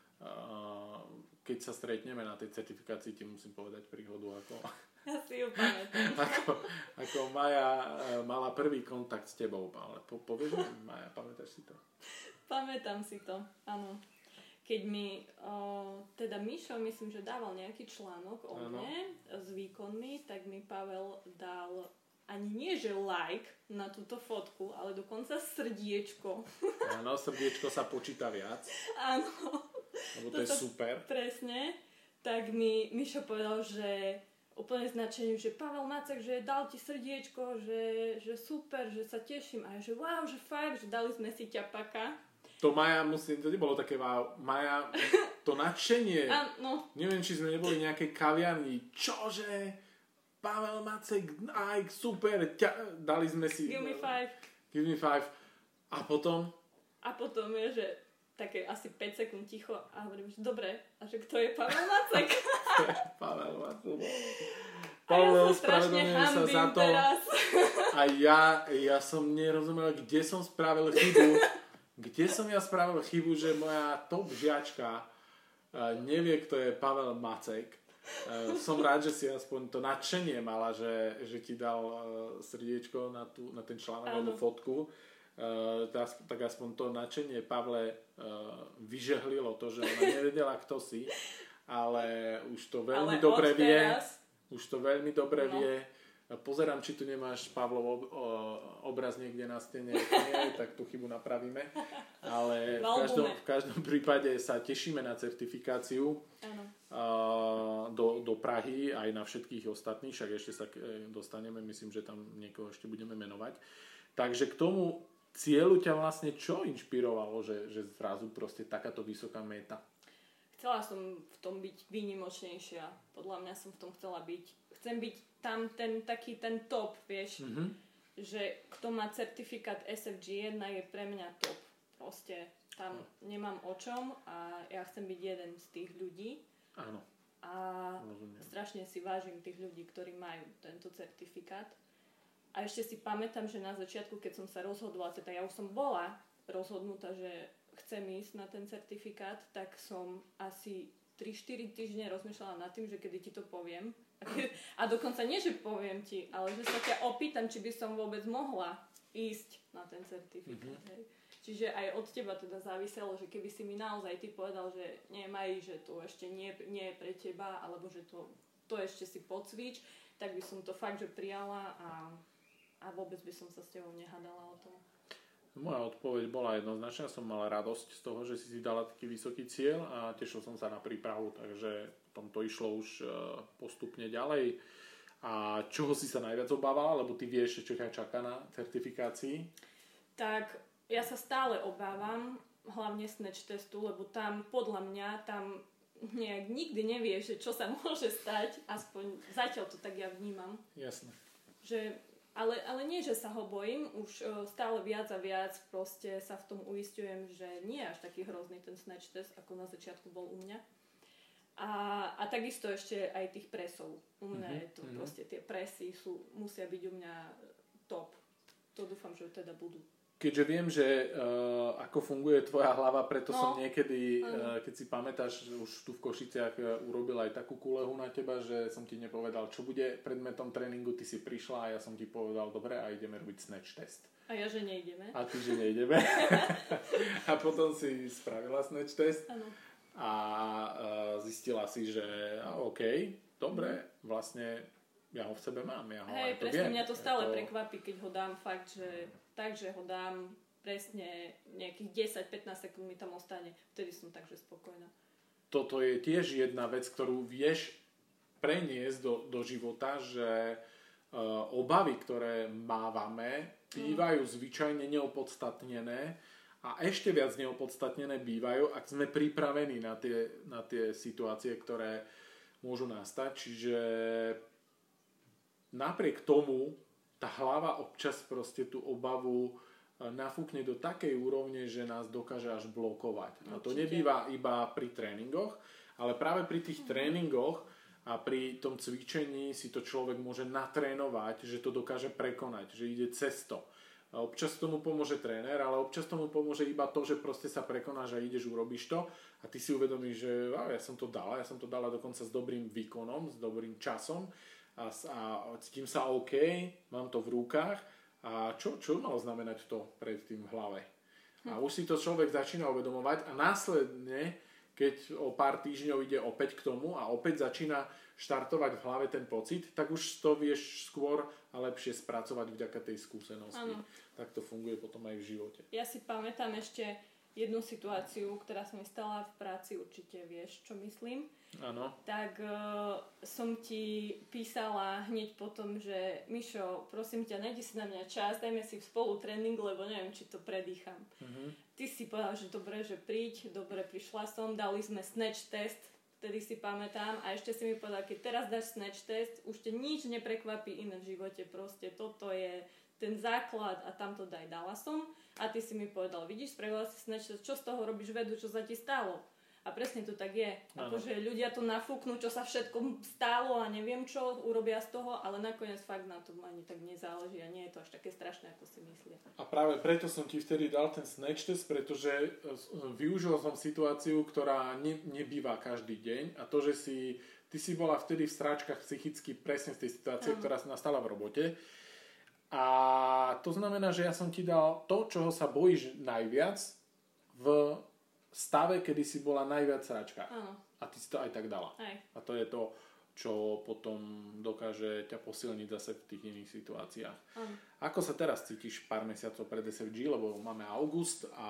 uh, keď sa stretneme na tej certifikácii, ti musím povedať príhodu, ako... Ja si ju pamätám. ako, ako Maja mala prvý kontakt s tebou, ale po, povieš mi, Maja, pamätáš si to? Pamätám si to, áno. Keď mi, o, teda Mišo, myslím, že dával nejaký článok o ano. mne s výkonmi, tak mi Pavel dal ani nie, že like na túto fotku, ale dokonca srdiečko. Áno, srdiečko sa počíta viac. Áno. Lebo to Toto, je super. Presne. Tak mi Mišo povedal, že úplne značením, že Pavel Macek, že dal ti srdiečko, že, že super, že sa teším a že wow, že fakt, že dali sme si ťapaka. To Maja, musím, to nebolo také wow. Maja, to nadšenie. Áno. Neviem, či sme neboli v nejakej kaviarni. Čože? Pavel Macek, aj super, ťa, dali sme si... Give me five. Give me five. A potom? A potom je, že také asi päť sekúnd ticho a hovorím, že dobre, a že kto je Pavel Macek? Pavel Macek. Pavel, ja spravedlňujem sa za to. Teraz. A ja, ja som nerozumel, kde som spravil chybu. Kde som ja spravil chybu, že moja top žiačka uh, nevie, kto je Pavel Macek. Uh, som rád, že si aspoň to nadšenie mala, že, že ti dal uh, srdiečko na, tú, na ten článok alebo fotku. Uh, tak, tak aspoň to nadšenie Pavle uh, vyžehlilo to, že ona nevedela, kto si, ale už to veľmi ale dobre vie. Už to veľmi dobre no. vie. Pozerám, či tu nemáš Pavlov obraz niekde na stene. Nie, tak tú chybu napravíme. Ale v každom, v každom prípade sa tešíme na certifikáciu uh, do, do Prahy aj na všetkých ostatných, však ešte sa dostaneme, myslím, že tam niekoho ešte budeme menovať. Takže k tomu cieľu ťa vlastne čo inšpirovalo, že, že zrazu proste takáto vysoká meta? Chcela som v tom byť výnimočnejšia. Podľa mňa som v tom chcela byť. Chcem byť tam ten taký ten top, vieš. Mm-hmm. Že kto má certifikát es ef gé jeden je pre mňa top. Proste tam no. nemám o čom a ja chcem byť jeden z tých ľudí. Áno. A Rozumiem. strašne si vážim tých ľudí, ktorí majú tento certifikát. A ešte si pamätám, že na začiatku, keď som sa rozhodovala, teda ja už som bola rozhodnutá, že chcem ísť na ten certifikát, tak som asi tri štyri týždne rozmýšľala nad tým, že kedy ti to poviem. A, keď, a dokonca nie, že poviem ti, ale že sa ťa opýtam, či by som vôbec mohla ísť na ten certifikát. Mm-hmm. Čiže aj od teba teda záviselo, že keby si mi naozaj ty povedal, že nie, Maj, že to ešte nie, nie je pre teba, alebo že to, to ešte si pocvič, tak by som to fakt, že prijala a, a vôbec by som sa s tebou nehádala o tom. Moja odpoveď bola jednoznačná, som mal radosť z toho, že si si dala taký vysoký cieľ a tešil som sa na prípravu, takže potom to išlo už postupne ďalej. A čoho si sa najviac obávala, lebo ty vieš, čo ťa čaká na certifikácii? Tak ja sa stále obávam, hlavne snatch testu, lebo tam podľa mňa tam nejak nikdy nevieš, že čo sa môže stať, aspoň zatiaľ to tak ja vnímam. Jasné. Že Ale, ale nie, že sa ho bojím, už uh, stále viac a viac proste sa v tom uisťujem, že nie je až taký hrozný ten snatch test, ako na začiatku bol u mňa. A, a takisto ešte aj tých presov. U mňa mm-hmm. je to mm-hmm. proste, tie presy sú, musia byť u mňa top. To dúfam, že teda budú. Keďže viem, že uh, ako funguje tvoja hlava, preto no. som niekedy, uh, keď si pamätáš, už tu v Košiciach uh, urobil aj takú kulehu na teba, že som ti nepovedal, čo bude predmetom tréningu, ty si prišla a ja som ti povedal, dobre, a ideme robiť snatch test. A ja, že nejdeme. A ty, že nejdeme. A potom si spravila snatch test. Áno. A uh, zistila si, že OK, dobre, vlastne ja ho v sebe mám. Ja ho Hej, aj to presne, viem. mňa to stále to... prekvapí, keď ho dám fakt, že takže ho dám presne nejakých desať pätnásť sekúnd mi tam ostane. Vtedy som takže spokojná. Toto je tiež jedna vec, ktorú vieš preniesť do, do života, že uh, obavy, ktoré mávame, bývajú mm. zvyčajne neopodstatnené a ešte viac neopodstatnené bývajú, ak sme pripravení na tie, na tie situácie, ktoré môžu nastať. Čiže napriek tomu tá hlava občas proste tú obavu nafúkne do takej úrovne, že nás dokáže až blokovať. A to nebýva iba pri tréningoch, ale práve pri tých tréningoch a pri tom cvičení si to človek môže natrénovať, že to dokáže prekonať, že ide cez to. A občas tomu pomôže tréner, ale občas tomu pomôže iba to, že proste sa prekonáš a ideš, urobíš to a ty si uvedomíš, že á, ja som to dala, ja som to dala dokonca s dobrým výkonom, s dobrým časom a, a cítim sa OK, mám to v rukách a čo, čo malo znamenať to predtým v hlave. A už si to človek začína uvedomovať a následne, keď o pár týždňov ide opäť k tomu a opäť začína štartovať v hlave ten pocit, tak už to vieš skôr a lepšie spracovať vďaka tej skúsenosti. Ano. Tak to funguje potom aj v živote. Ja si pamätám ešte jednu situáciu, ktorá sa mi stala v práci, určite vieš, čo myslím. Áno. Tak uh, som ti písala hneď potom, že Mišo, prosím ťa, najdi si na mňa čas, dajme si spolu tréning, lebo neviem, či to predýcham. Uh-huh. Ty si povedal, že dobre, že príď, dobre, prišla som, dali sme snatch test, vtedy si pamätám a ešte si mi povedal, keď teraz dáš snatch test, už te nič neprekvapí iné v živote, proste toto je ten základ a tam to daj, dala som a ty si mi povedal, vidíš, spravila si snatch test, čo z toho robíš vedu, čo sa ti stalo? A presne to tak je. Akože ľudia to nafúknú, čo sa všetko stálo a neviem čo, urobia z toho, ale nakoniec fakt na tom ani tak nezáleží a nie je to až také strašné, ako si myslia. A práve preto som ti vtedy dal ten snatch test, pretože využil som situáciu, ktorá ne, nebýva každý deň a to, že si, ty si bola vtedy v stráčkach psychicky presne z tej situácie, ano. Ktorá nastala v robote. A to znamená, že ja som ti dal to, čoho sa bojíš najviac v stave, kedy si bola najviac sračka. Áno. A ty si to aj tak dala. Aj. A to je to, čo potom dokáže ťa posilniť zase v tých iných situáciách. Áno. Ako sa teraz cítiš pár mesiacov pred es ef gé, lebo máme august a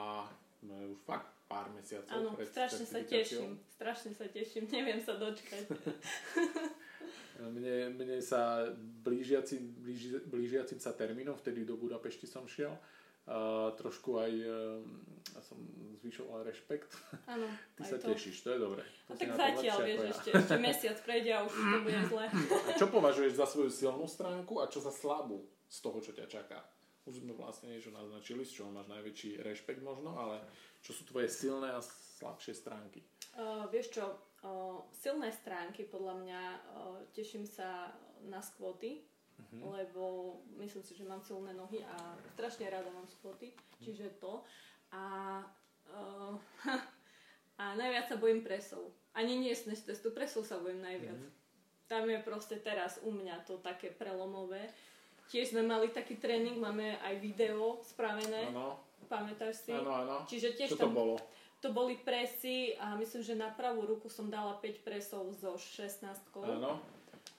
no už fakt pár mesiacov Áno, pred strašne sa teším. Strašne sa teším. Neviem sa dočkať. mne, mne sa blížiaci, blíži, blížiacim sa termínom, vtedy do Budapešti som šiel, Uh, trošku aj uh, ja som zvyšoval rešpekt. Áno, ty sa to. Tešíš, to je dobré. To a tak zatiaľ, vieš, ja. ešte, ešte mesiac prejde a už to bude zle. A čo považuješ za svoju silnú stránku a čo za slabú z toho, čo ťa čaká? Už sme vlastne niečo naznačili, z čoho máš najväčší rešpekt možno, ale čo sú tvoje silné a slabšie stránky? Uh, vieš čo, uh, silné stránky podľa mňa uh, teším sa na skvoty. Uh-huh. Lebo myslím si, že mám silné nohy a strašne rada mám skvoty, čiže to. A, uh, a najviac sa bojím presov. Ani nie snatch testu, presov sa bojím najviac. Uh-huh. Tam je proste teraz u mňa to také prelomové. Tiež sme mali taký tréning, máme aj video spravené. Áno. Pamätáš si? Áno, áno. Čiže tiež čo to tam, bolo? To boli presy a myslím, že na pravú ruku som dala päť presov zo šestnástkou. Áno.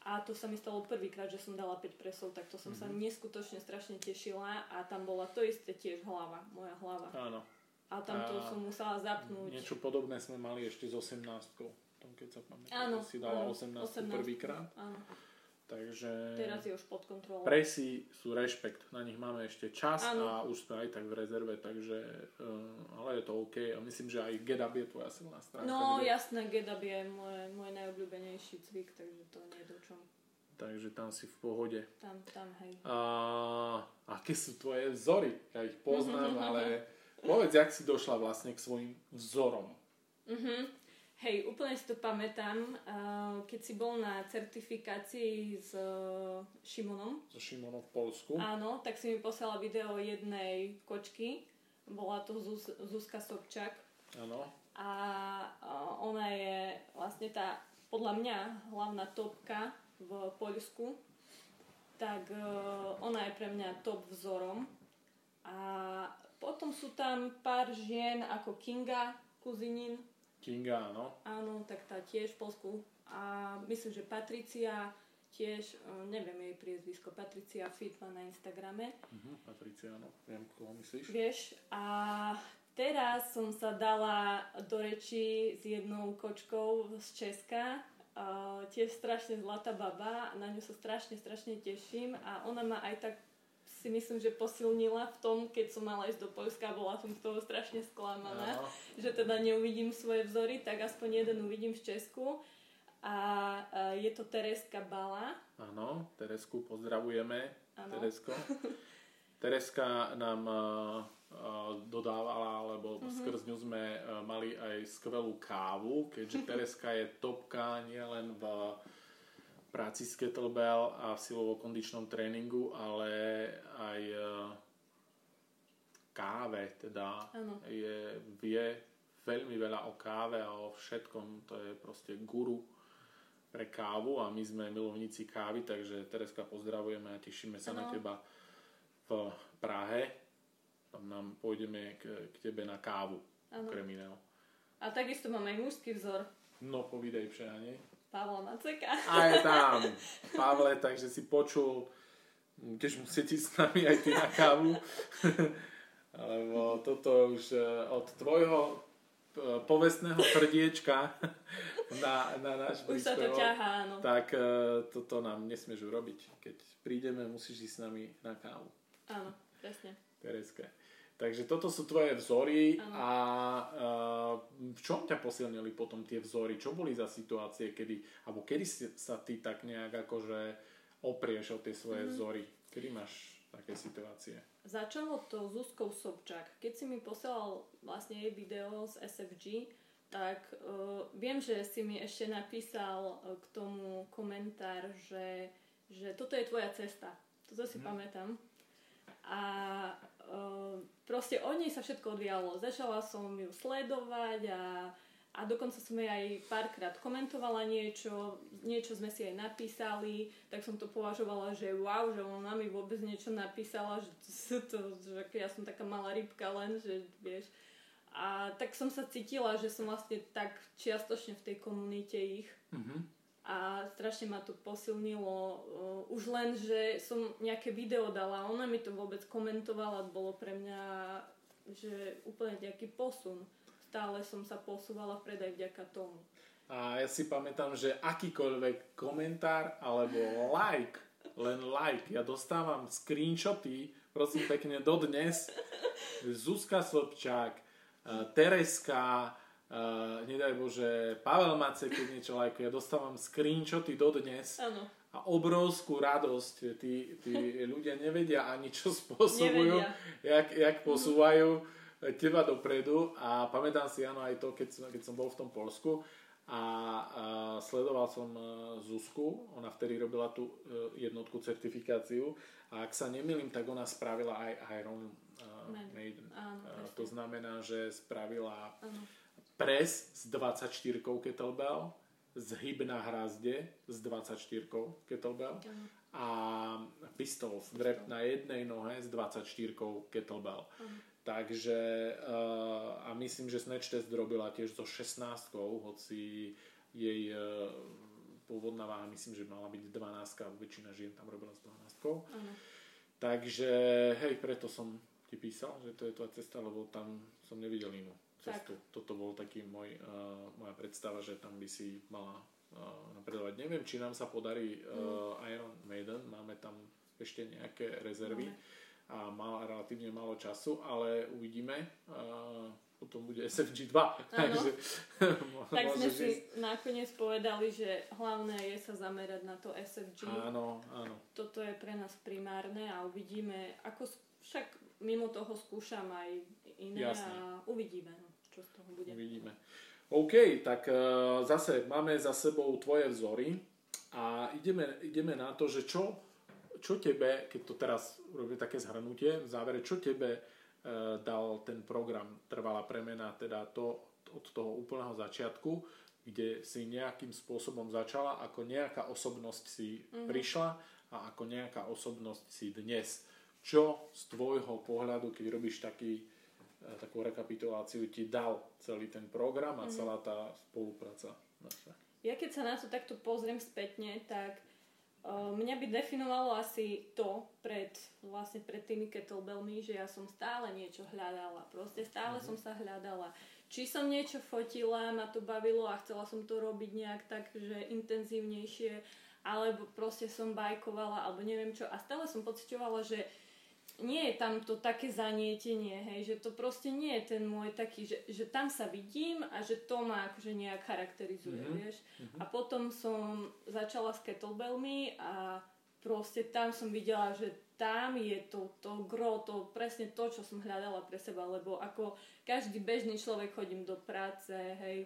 A to sa mi stalo prvýkrát, že som dala päť presov, tak to som mm-hmm. sa neskutočne strašne tešila a tam bola to isté tiež hlava, moja hlava. Áno. A tam to a som musela zapnúť. Niečo podobné sme mali ešte s osemnástkou. Tom, keď sa pamätám, si dala osemnástku prvýkrát. Áno. Takže teraz je už pod kontrolou. Presy sú rešpekt, na nich máme ešte čas ano. A už sme aj tak v rezerve, takže uh, ale je to OK a myslím, že aj Get Up je tvoja silná stránka. No kde... jasné, Get Up je môj, môj najobľúbenejší cvik, takže to nie je do čom. Takže tam si v pohode. Tam, tam, hej. A aké sú tvoje vzory? Ja ich poznám, ale povedz, jak si došla vlastne k svojim vzorom. Mhm. Hej, úplne si to pamätám, keď si bol na certifikácii s Šimonom. So Šimonom v Poľsku. Áno, tak si mi poslala video jednej kočky. Bola to Zuz, Zuzka Sobčak. Áno. A ona je vlastne tá, podľa mňa, hlavná topka v Poľsku. Tak ona je pre mňa top vzorom. A potom sú tam pár žien ako Kinga Kuzinin. Kinga, áno. Áno, tak tá tiež v Poľsku. A myslím, že Patricia tiež, neviem jej priezvisko, Patricia Fitma na Instagrame. Uh-huh, Patricia, áno. Viem, koho myslíš. Vieš, a teraz som sa dala do reči s jednou kočkou z Česka. Uh, tiež strašne zlatá baba. Na ňu sa strašne, strašne teším. A ona ma aj tak si myslím, že posilnila v tom, keď som mala ísť do Poľska, bola som z toho strašne sklamaná, no. Že teda neuvidím svoje vzory, tak aspoň jeden uvidím v Česku. A, a je to Tereska Bala. Áno, Teresku pozdravujeme. Áno. Teresko. Tereska nám uh, uh, dodávala, alebo mm-hmm. skrz ňu sme uh, mali aj skvelú kávu, keďže Tereska je topka nielen v práci s kettlebell a v silovo-kondičnom tréningu, ale aj káve, teda je, vie veľmi veľa o káve a o všetkom, to je proste guru pre kávu a my sme milovníci kávy, takže Tereska pozdravujeme a tešíme sa ano. Na teba v Prahe, tam nám pôjdeme k, k tebe na kávu, okrem iného. A takisto mám aj mužský vzor. No, povídej přehane. Pavla Maceka. A je tam. Pavle, takže si počul, keď musíte s nami aj ty na kávu. Lebo toto už od tvojho povestného srdiečka na, na náš príspevok. Už sa to ťahá, áno. Tak toto nám nesmieš urobiť. Keď prídeme, musíš ísť s nami na kávu. Áno, presne. Tereska. Takže toto sú tvoje vzory. Ano. A uh, v čom ťa posilnili potom tie vzory? Čo boli za situácie, kedy, alebo kedy sa ty tak nejak akože oprieš o tie svoje mm. vzory? Kedy máš také situácie? Začalo to Zuzkou Sobčak. Keď si mi poslal vlastne jej video z es ef gé, tak uh, viem, že si mi ešte napísal uh, k tomu komentár, že, že toto je tvoja cesta. Toto si mm. pamätám. A uh, proste od nej sa všetko odvíjalo. Začala som ju sledovať a, a dokonca som jej aj párkrát komentovala niečo, niečo sme si aj napísali, tak som to považovala, že wow, že ona mi vôbec niečo napísala, že, to, že ja som taká malá rybka len, že vieš. A tak som sa cítila, že som vlastne tak čiastočne v tej komunite ich. Mm-hmm. A strašne ma to posilnilo. Uh, už len, že som nejaké video dala, ona mi to vôbec komentovala, bolo pre mňa, že úplne nejaký posun. Stále som sa posúvala vpred aj vďaka tomu. A ja si pamätám, že akýkoľvek komentár alebo like, len like, ja dostávam screenshoty, prosím pekne, dodnes. Zuzka Sobčák, uh, Tereska, Uh, nedaj Bože, Pavel Macek, keď niečo lajkuje, ja dostávam screenshoty dodnes. Áno. A obrovskú radosť. Tí, tí ľudia nevedia ani čo spôsobujú, jak, jak posúvajú teba dopredu. A pamätám si áno aj to, keď som, keď som bol v tom Poľsku a, a sledoval som Zuzku, ona vtedy robila tú jednotku certifikáciu a ak sa nemýlim, tak ona spravila aj Iron uh, Maiden. Áno, uh, to znamená, že spravila áno. pres s dvadsaťštyrkou kettlebell, zhyb na hrazde s dvadsaťštyrkou kettlebell uh-huh. a pistols, drep na jednej nohe s dvadsaťštyrkou kettlebell. Uh-huh. Takže uh, a myslím, že snatch test robila tiež so šestnástkou, hoci jej uh, pôvodná váha, myslím, že mala byť dvanásť, väčšina žien tam robila s dvanásťkou. Áno. Takže, hej, preto som ti písal, že to je tá cesta, lebo tam som nevidel inú cestu. Tak. Toto bol taký môj, uh, moja predstava, že tam by si mala uh, napredovať. Neviem, či nám sa podarí uh, mm. Iron Maiden, máme tam ešte nejaké rezervy. Máme. A má relatívne málo času, ale uvidíme. Uh, potom bude es ef gé dva. Takže, tak sme si ísť. Nakoniec povedali, že hlavné je sa zamerať na to es ef gé. Áno, áno. Toto je pre nás primárne a uvidíme, ako však mimo toho skúšam aj iné. Jasne. A uvidíme, čo z toho bude. Uvidíme. OK, tak uh, zase máme za sebou tvoje vzory a ideme, ideme na to, že čo Čo tebe, keď to teraz robím také zhrnutie, v závere, čo tebe e, dal ten program Trvalá premena, teda to od toho úplného začiatku, kde si nejakým spôsobom začala, ako nejaká osobnosť si mm-hmm. prišla a ako nejaká osobnosť si dnes. Čo z tvojho pohľadu, keď robíš taký, e, takú rekapituláciu, ti dal celý ten program a mm-hmm. celá tá spolupráca naša? Ja keď sa na to takto pozriem spätne, tak mňa by definovalo asi to pred, vlastne pred tými kettlebellmi, že ja som stále niečo hľadala. Proste stále mm-hmm. som sa hľadala. Či som niečo fotila, ma to bavilo a chcela som to robiť nejak tak, že intenzívnejšie, alebo proste som bajkovala, alebo neviem čo. A stále som pociťovala, že nie je tam to také zanietenie, hej, že to proste nie je ten môj taký, že, že tam sa vidím a že to ma akože nejak charakterizuje, mm-hmm. vieš. Mm-hmm. A potom som začala s kettlebellmi a proste tam som videla, že tam je to, to gro, to presne to, čo som hľadala pre seba, lebo ako každý bežný človek chodím do práce, hej,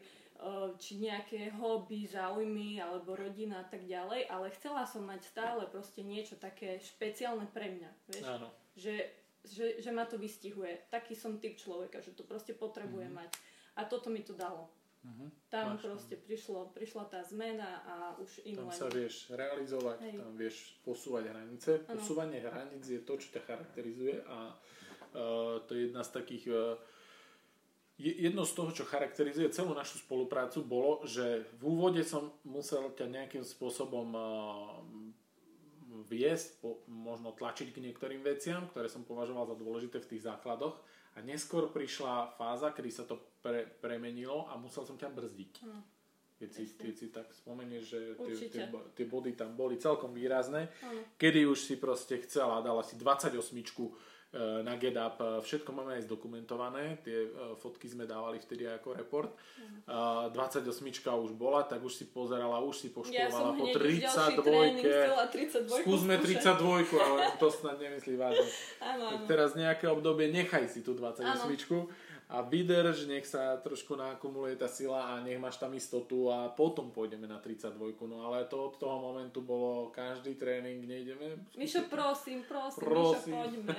či nejaké hobby, záujmy alebo rodina a tak ďalej, ale chcela som mať stále proste niečo také špeciálne pre mňa, vieš. Áno. Že, že, že ma to vystihuje. Taký som typ človeka, že to proste potrebujem mm-hmm. mať. A toto mi to dalo. Mm-hmm. Tam Máš proste prišlo, prišla tá zmena a už inú. Tam sa vieš realizovať, Hej. tam vieš posúvať hranice. Ano. Posúvanie hraníc je to, čo ťa charakterizuje a uh, to je jedna z takých... Uh, jedno z toho, čo charakterizuje celú našu spoluprácu, bolo, že v úvode som musel ťa nejakým spôsobom uh, viesť, po, možno tlačiť k niektorým veciam, ktoré som považoval za dôležité v tých základoch a neskôr prišla fáza, kedy sa to pre, premenilo a musel som ťa brzdiť. Mm. Keď, si, keď si tak spomenieš, že tie, tie, tie body tam boli celkom výrazné, mm. kedy už si proste chcela, dala si dvadsaťosmičku na GetUp, všetko máme aj zdokumentované, tie fotky sme dávali vtedy ako report. Uh, dvadsaťosmička už bola, tak už si pozerala, už si poškodovala ja po tridsaťdvojke. Skúsme tridsaťdvojku, ale to snad nemyslí vážne. Áno, áno. Teraz nejaké obdobie nechaj si tú dvadsaťosmičku a vydrž, nech sa trošku naakumuluje tá sila a nech máš tam istotu a potom pôjdeme na tridsaťdvojku. No ale to od toho momentu bolo každý tréning, nejdeme. Mišo, prosím, prosím, prosím. Mišo, poďme.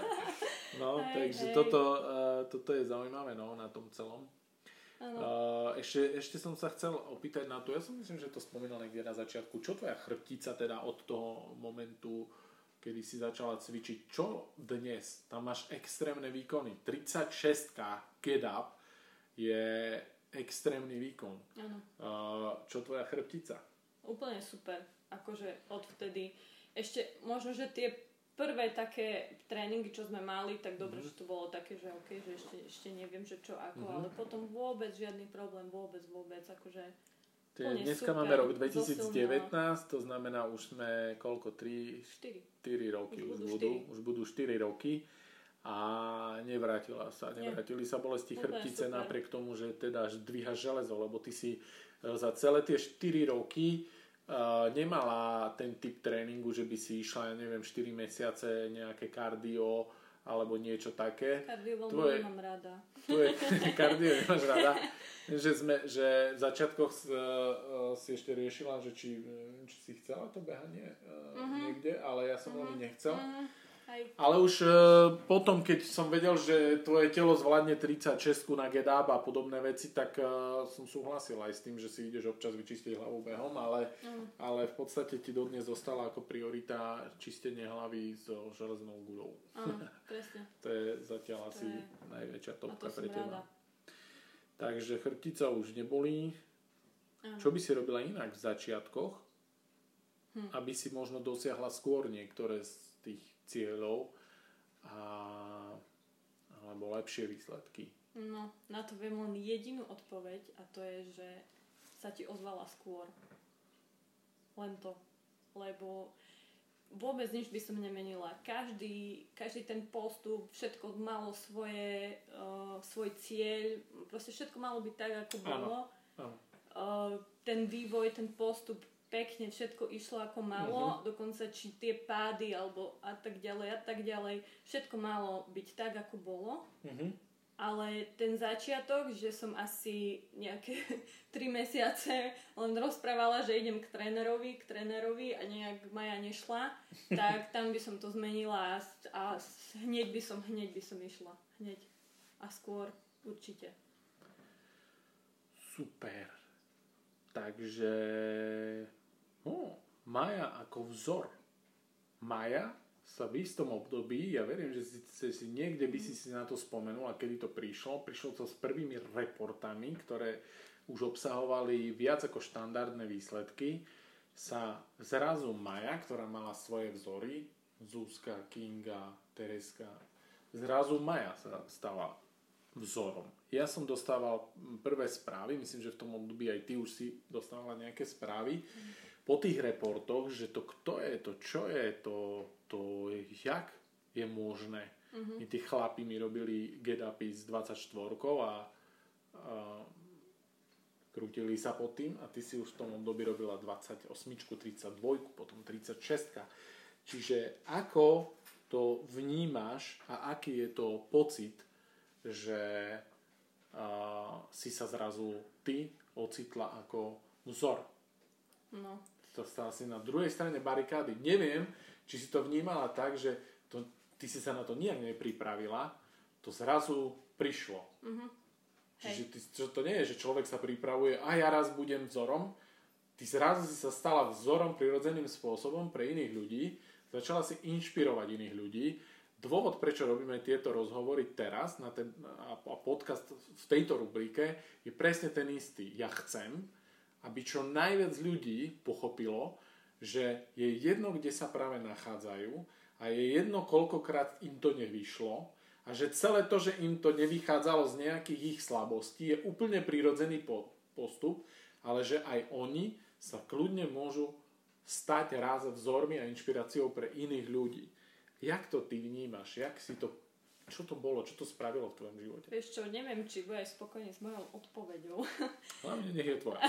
No, hej, takže hej. Toto, uh, toto je zaujímavé, no, na tom celom. Uh, ešte, ešte som sa chcel opýtať na to, ja som myslím, že to spomínal niekde na začiatku, čo tvoja chrbtica teda od toho momentu, kedy si začala cvičiť, čo dnes? Tam máš extrémne výkony. tridsaťšestka GetUp je extrémny výkon. Áno. Uh, čo tvoja chrbtica? Úplne super. Akože odvtedy. Ešte možno, že tie prvé také tréningy, čo sme mali, tak dobre, mm-hmm. že to bolo také, že okej, okay, že ešte, ešte neviem, že čo ako, mm-hmm. ale potom vôbec žiadny problém, vôbec, vôbec, akože dneska super, máme rok dvetisícdevätnásť, to znamená už sme koľko? tri štyri roky už, už budú. Už budú štyri roky a nevrátila sa. Nevrátili sa bolesti chrbtice napriek tomu, že teda dvíhaš železo, lebo ty si za celé tie štyri roky uh, nemala ten typ tréningu, že by si išla, ja neviem, štyri mesiace nejaké kardio alebo niečo také. Kardio veľmi Tvoje... nemám rada. Tvoje kardio nemáš rada. Že, sme, že v začiatkoch uh, si ešte riešila, že či, či si chcela to behanie uh, uh-huh. niekde, ale ja som uh-huh. veľmi nechcel. Uh-huh. Ale už uh, potom, keď som vedel, že tvoje telo zvládne tridsaťšesť na GetUp a podobné veci, tak uh, som súhlasil aj s tým, že si ideš občas vyčistiť hlavu behom, ale, uh-huh. ale v podstate ti dodnes zostala ako priorita čistenie hlavy so železnou guľou. Uh-huh, presne. To je zatiaľ to asi je... najväčšia topka pre teba. Rada. Takže chrbtica už nebolí Aha. Čo by si robila inak v začiatkoch, hm. aby si možno dosiahla skôr niektoré z tých cieľov a, alebo lepšie výsledky? No, na to viem len jedinú odpoveď a to je, že sa ti ozvala skôr. Len to. Lebo vôbec nič by som nemenila. Každý, každý ten postup, všetko malo svoje, uh, svoj cieľ, proste všetko malo byť tak, ako bolo. Áno. Áno. Uh, ten vývoj, ten postup, pekne všetko išlo ako malo, uh-huh. dokonca či tie pády alebo a tak ďalej a tak ďalej, všetko malo byť tak, ako bolo. Uh-huh. Ale ten začiatok, že som asi nejaké tri mesiace len rozprávala, že idem k trénerovi, k trénerovi a nejak Maja nešla, tak tam by som to zmenila a, a hneď by som, hneď by som išla. Hneď. A skôr určite. Super. Takže oh, Maja ako vzor. Maja sa v istom období, ja verím, že si, si niekde by si si na to spomenul a kedy to prišlo. Prišlo to s prvými reportami, ktoré už obsahovali viac ako štandardné výsledky. Sa zrazu Maja, ktorá mala svoje vzory, Zuzka, Kinga, Tereska, zrazu Maja sa stala vzorom. Ja som dostával prvé správy, myslím, že v tom období aj ty už si dostávala nejaké správy. Po tých reportoch, že to kto je, to čo je, to, to je, jak je možné. Uh-huh. I tí chlapi mi robili get-upy s dvadsaťštvorkou a, a krútili sa pod tým a ty si už v tom období robila dvadsaťosem, tridsaťdva, potom tridsaťšesť. Čiže ako to vnímaš a aký je to pocit, že a, si sa zrazu ty ocitla ako vzor? No. To stala si na druhej strane barikády. Neviem, či si to vnímala tak, že to, ty si sa na to nijak nepripravila, to zrazu prišlo. Uh-huh. Čiže ty, čo to nie je, že človek sa pripravuje a ja raz budem vzorom. Ty zrazu si sa stala vzorom prirodzeným spôsobom pre iných ľudí, začala si inšpirovať iných ľudí. Dôvod, prečo robíme tieto rozhovory teraz na ten, a, a podcast v tejto rubrike je presne ten istý. Ja chcem, aby čo najviac ľudí pochopilo, že je jedno, kde sa práve nachádzajú a je jedno, koľkokrát im to nevyšlo a že celé to, že im to nevychádzalo z nejakých ich slabostí, je úplne prirodzený postup, ale že aj oni sa kľudne môžu stať raz vzormi a inšpiráciou pre iných ľudí. Jak to ty vnímaš? Jak si to, čo to bolo? Čo to spravilo v tvojom živote? Vieš čo, neviem, či budeš spokojný s mojou odpoveďou. Hlavne nech je tvoja.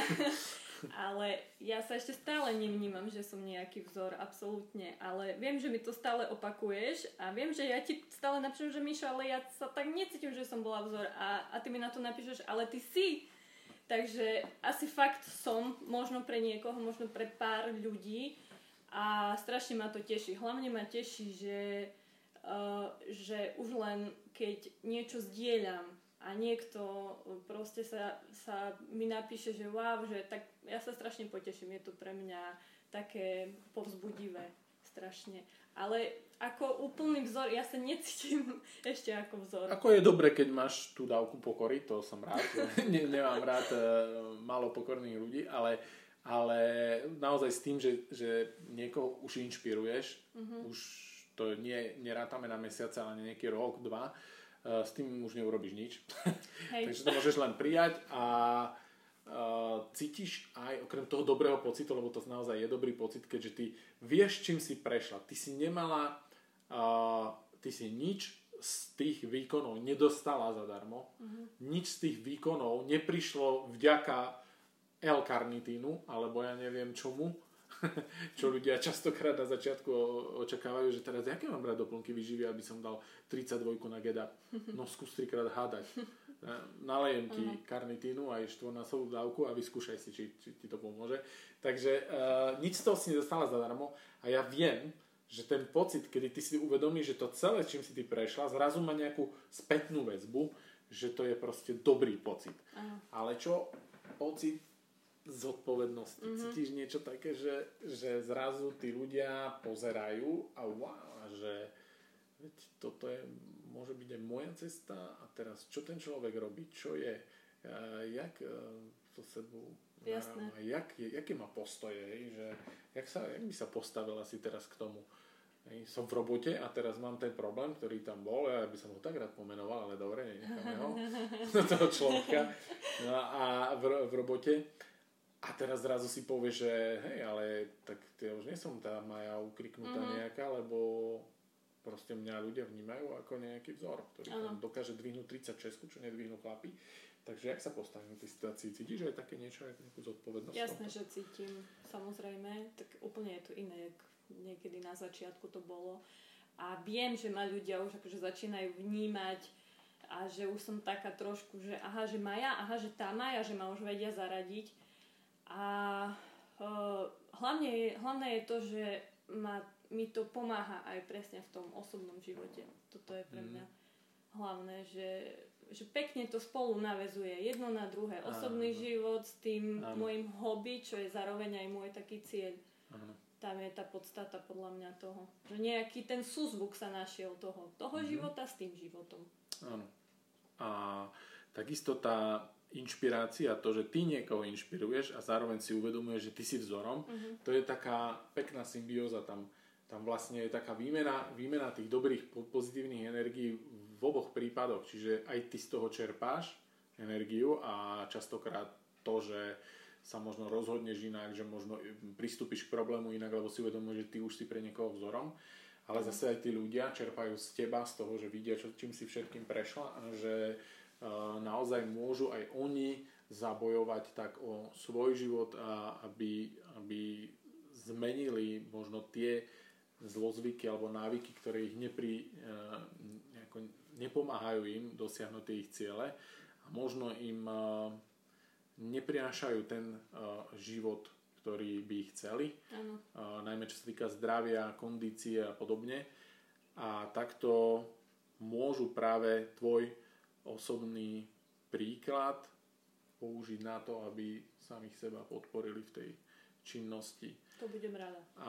Ale ja sa ešte stále nevnímam, že som nejaký vzor, absolútne. Ale viem, že mi to stále opakuješ a viem, že ja ti stále napíšem, že Mišo, ale ja sa tak necítim, že som bola vzor a, a ty mi na to napíšeš, ale ty si. Takže asi fakt som, možno pre niekoho, možno pre pár ľudí a strašne ma to teší. Hlavne ma teší, že, uh, že už len keď niečo zdieľam a niekto proste sa, sa mi napíše, že wow, že tak ja sa strašne poteším, je to pre mňa také povzbudivé, strašne. Ale ako úplný vzor, ja sa necítim ešte ako vzor. Ako je dobre, keď máš tú dávku pokory, to som rád. ne, nemám rád uh, málo pokorných ľudí, ale, ale naozaj s tým, že, že niekoho už inšpiruješ, uh-huh. už to nie, nerátame na mesiace, ale nejaký rok, dva, s tým už neurobiš nič. Takže to môžeš len prijať a uh, cítiš aj okrem toho dobrého pocitu, lebo to naozaj je dobrý pocit, keďže ty vieš, čím si prešla. Ty si nemala, uh, ty si nič z tých výkonov nedostala zadarmo. Uh-huh. Nič z tých výkonov neprišlo vďaka L-karnitínu, alebo ja neviem čomu, čo ľudia častokrát na začiatku očakávajú, že teraz aké mám brať doplnky výživy, aby som dal tridsaťdva na get-up. No skús trikrát hádať. Nalejem ti uh-huh. karnitínu aj štvornásobnú dávku a vyskúšaj si, či, či ti to pomôže. Takže uh, nič z toho si nedostala zadarmo a ja viem, že ten pocit, kedy ty si uvedomíš, že to celé, čím si ty prešla, zrazu má nejakú spätnú väzbu, že to je proste dobrý pocit. Uh-huh. Ale čo pocit zodpovednosti. Mm-hmm. Cítiš niečo také, že, že zrazu tí ľudia pozerajú a wow, že veď toto je, môže byť aj moja cesta a teraz čo ten človek robí, čo je jak to sebou Jasné. jak, jaké má postoje, hej, že jak, sa, jak by sa postavila si teraz k tomu. Hej, som v robote a teraz mám ten problém, ktorý tam bol, ja by som ho tak rád pomenoval, ale dobre, necháme ho, toho človeka. No a v, v robote a teraz zrazu si povie, že hej, ale tak ja už nie som tá Maja ukriknutá mm-hmm. nejaká, lebo proste mňa ľudia vnímajú ako nejaký vzor, ktorý tam dokáže dvihnúť tridsaťšesť, čo nedvihnú chlapi. Takže jak sa postavím v tej situácii? Cítiš aj také niečo, aj nejakú zodpovednosť? Jasné, že cítim, samozrejme. Tak úplne je to iné, jak niekedy na začiatku to bolo. A viem, že ma ľudia už akože začínajú vnímať a že už som taká trošku, že aha, že Maja, aha, že tá Maja, že ma už vedia zaradiť. A uh, hlavne je, hlavné je to, že ma, mi to pomáha aj presne v tom osobnom živote. Toto je pre mňa hlavné, že že pekne to spolu naväzuje jedno na druhé. Osobný áno. život s tým áno. môjim hobby, čo je zároveň aj môj taký cieľ. Áno. Tam je tá podstata podľa mňa toho. Že nejaký ten súzvuk sa našiel toho, toho mm-hmm. života s tým životom. Áno. A takisto tá inšpirácia, to, že ty niekoho inšpiruješ a zároveň si uvedomuješ, že ty si vzorom, mm-hmm. to je taká pekná symbióza. Tam, tam vlastne je taká výmena, výmena tých dobrých pozitívnych energií v oboch prípadoch, čiže aj ty z toho čerpáš energiu a častokrát to, že sa možno rozhodneš inak, že možno pristúpiš k problému inak, lebo si uvedomuješ, že ty už si pre niekoho vzorom, ale zase aj tí ľudia čerpajú z teba, z toho, že vidia, čo, čím si všetkým prešla a že uh, naozaj môžu aj oni zabojovať tak o svoj život a aby, aby zmenili možno tie zlozvyky alebo návyky, ktoré ich nepri, uh, nejako nepomáhajú im dosiahnuť tie ich ciele a možno im uh, neprinášajú ten uh, život, ktorý by ich chceli. Uh, najmä čo sa týka zdravia, kondície a podobne. A takto môžu práve tvoj osobný príklad použiť na to, aby samých seba podporili v tej činnosti. To budem rada. A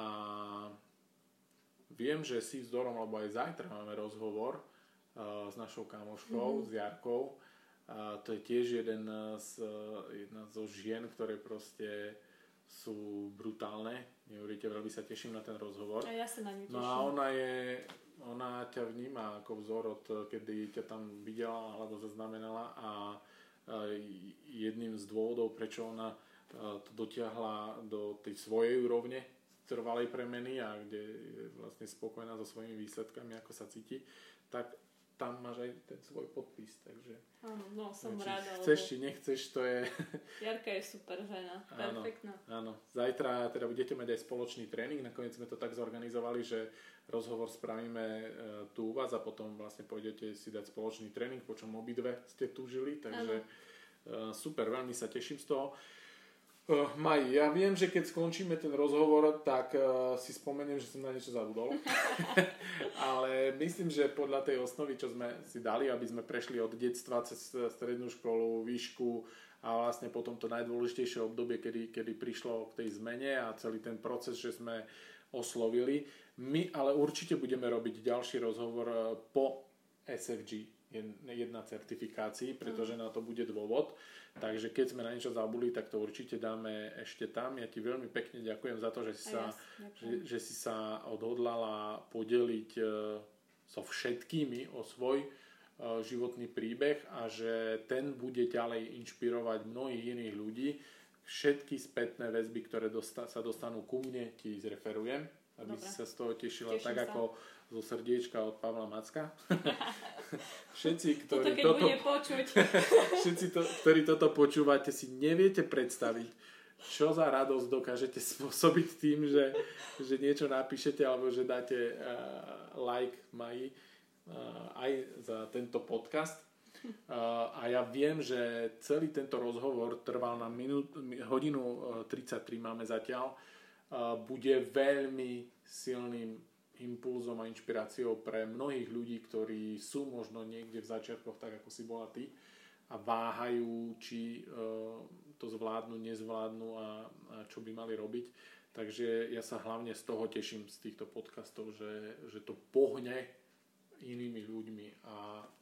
viem, že si vzorom, lebo aj zajtra máme rozhovor uh, s našou kamoškou, mm-hmm. s Jarkou. A to je tiež jeden z, jedna zo žien, ktoré proste sú brutálne. Neuveríte, veľmi sa teším na ten rozhovor. A ja sa na ňu teším. No a ona je, ona ťa vníma ako vzor od kedy ťa tam videla alebo zaznamenala a jedným z dôvodov, prečo ona to dotiahla do tej svojej úrovne trvalej premeny a kde je vlastne spokojná so svojimi výsledkami, ako sa cíti, tak tam máš aj ten svoj podpis, takže... Áno, no som či rada. Chceš, lebo... či nechceš, to je... Jarka je super žena, perfektná. Áno, zajtra teda budete mať aj spoločný tréning, nakoniec sme to tak zorganizovali, že rozhovor spravíme e, tu u vás a potom vlastne pôjdete si dať spoločný tréning, po čom obidve ste túžili, takže e, super, veľmi sa teším z toho. Uh, Maj, ja viem, že keď skončíme ten rozhovor, tak uh, si spomeniem, že som na niečo zabudol. Ale myslím, že podľa tej osnovy, čo sme si dali, aby sme prešli od detstva cez strednú školu, výšku a vlastne potom to najdôležitejšie obdobie, kedy, kedy prišlo k tej zmene a celý ten proces, že sme oslovili. My ale určite budeme robiť ďalší rozhovor po es ef gé jedna certifikácii, pretože na to bude dôvod. Takže keď sme na niečo zabudli, tak to určite dáme ešte tam. Ja ti veľmi pekne ďakujem za to, že si, sa, že, že si sa odhodlala podeliť uh, so všetkými o svoj uh, životný príbeh a že ten bude ďalej inšpirovať mnohých iných ľudí. Všetky spätné väzby, ktoré dosta- sa dostanú ku mne, ti zreferujem, aby Dobre. si sa z toho tešila. Teším tak sa. Ako zo srdiečka od Pavla Macka. Všetci, ktorí toto, toto, všetci to, ktorí toto počúvate, si neviete predstaviť, čo za radosť dokážete spôsobiť tým, že, že niečo napíšete alebo že dáte uh, like Maji uh, aj za tento podcast. Uh, a ja viem, že celý tento rozhovor trval na minút, hodinu tridsaťtri máme zatiaľ. Uh, bude veľmi silným impulzom a inšpiráciou pre mnohých ľudí, ktorí sú možno niekde v začiatkoch, tak ako si bola ty a váhajú, či uh, to zvládnu, nezvládnu a, a čo by mali robiť. Takže ja sa hlavne z toho teším z týchto podcastov, že, že to pohne inými ľuďmi a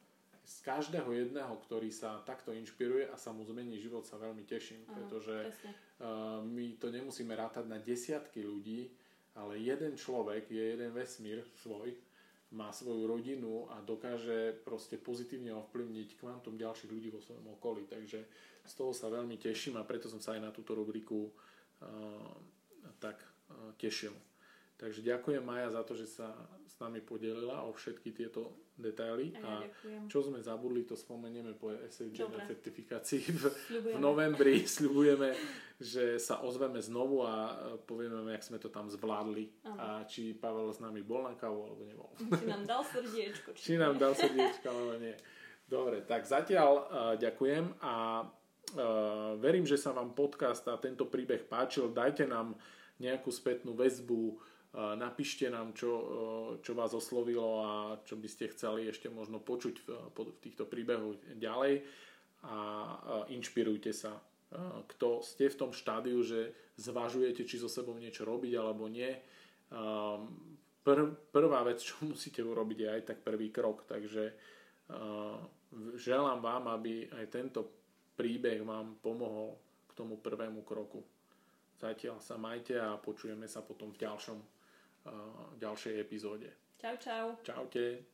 z každého jedného, ktorý sa takto inšpiruje a sa mu zmení život, sa veľmi teším, Aha, pretože uh, my to nemusíme rátať na desiatky ľudí, ale jeden človek je jeden vesmír svoj, má svoju rodinu a dokáže proste pozitívne ovplyvniť kvantum ďalších ľudí vo svojom okolí. Takže z toho sa veľmi teším a preto som sa aj na túto rubriku uh, tak uh, tešil. Takže ďakujem, Maja, za to, že sa s nami podelila o všetky tieto detaily. A, ja a čo sme zabudli, to spomenieme po es á gé na certifikácii v, v Sľubujeme. novembri. Sľubujeme, že sa ozveme znovu a povieme, jak sme to tam zvládli. Aha. A či Pavel s nami bol na kávu, alebo nebol. Či nám dal srdiečko. Či, či nám dal srdiečko, alebo nie. Dobre, tak zatiaľ uh, ďakujem a uh, verím, že sa vám podcast a tento príbeh páčil. Dajte nám nejakú spätnú väzbu, napíšte nám, čo, čo vás oslovilo a čo by ste chceli ešte možno počuť v, v týchto príbehoch ďalej a inšpirujte sa. Kto ste v tom štádiu, že zvažujete, či so sebou niečo robiť alebo nie. Prv, prvá vec, čo musíte urobiť, je aj tak prvý krok. Takže želám vám, aby aj tento príbeh vám pomohol k tomu prvému kroku. Zatiaľ sa majte a počujeme sa potom v ďalšom ďalšej epizóde. Čau, čau. Čaute.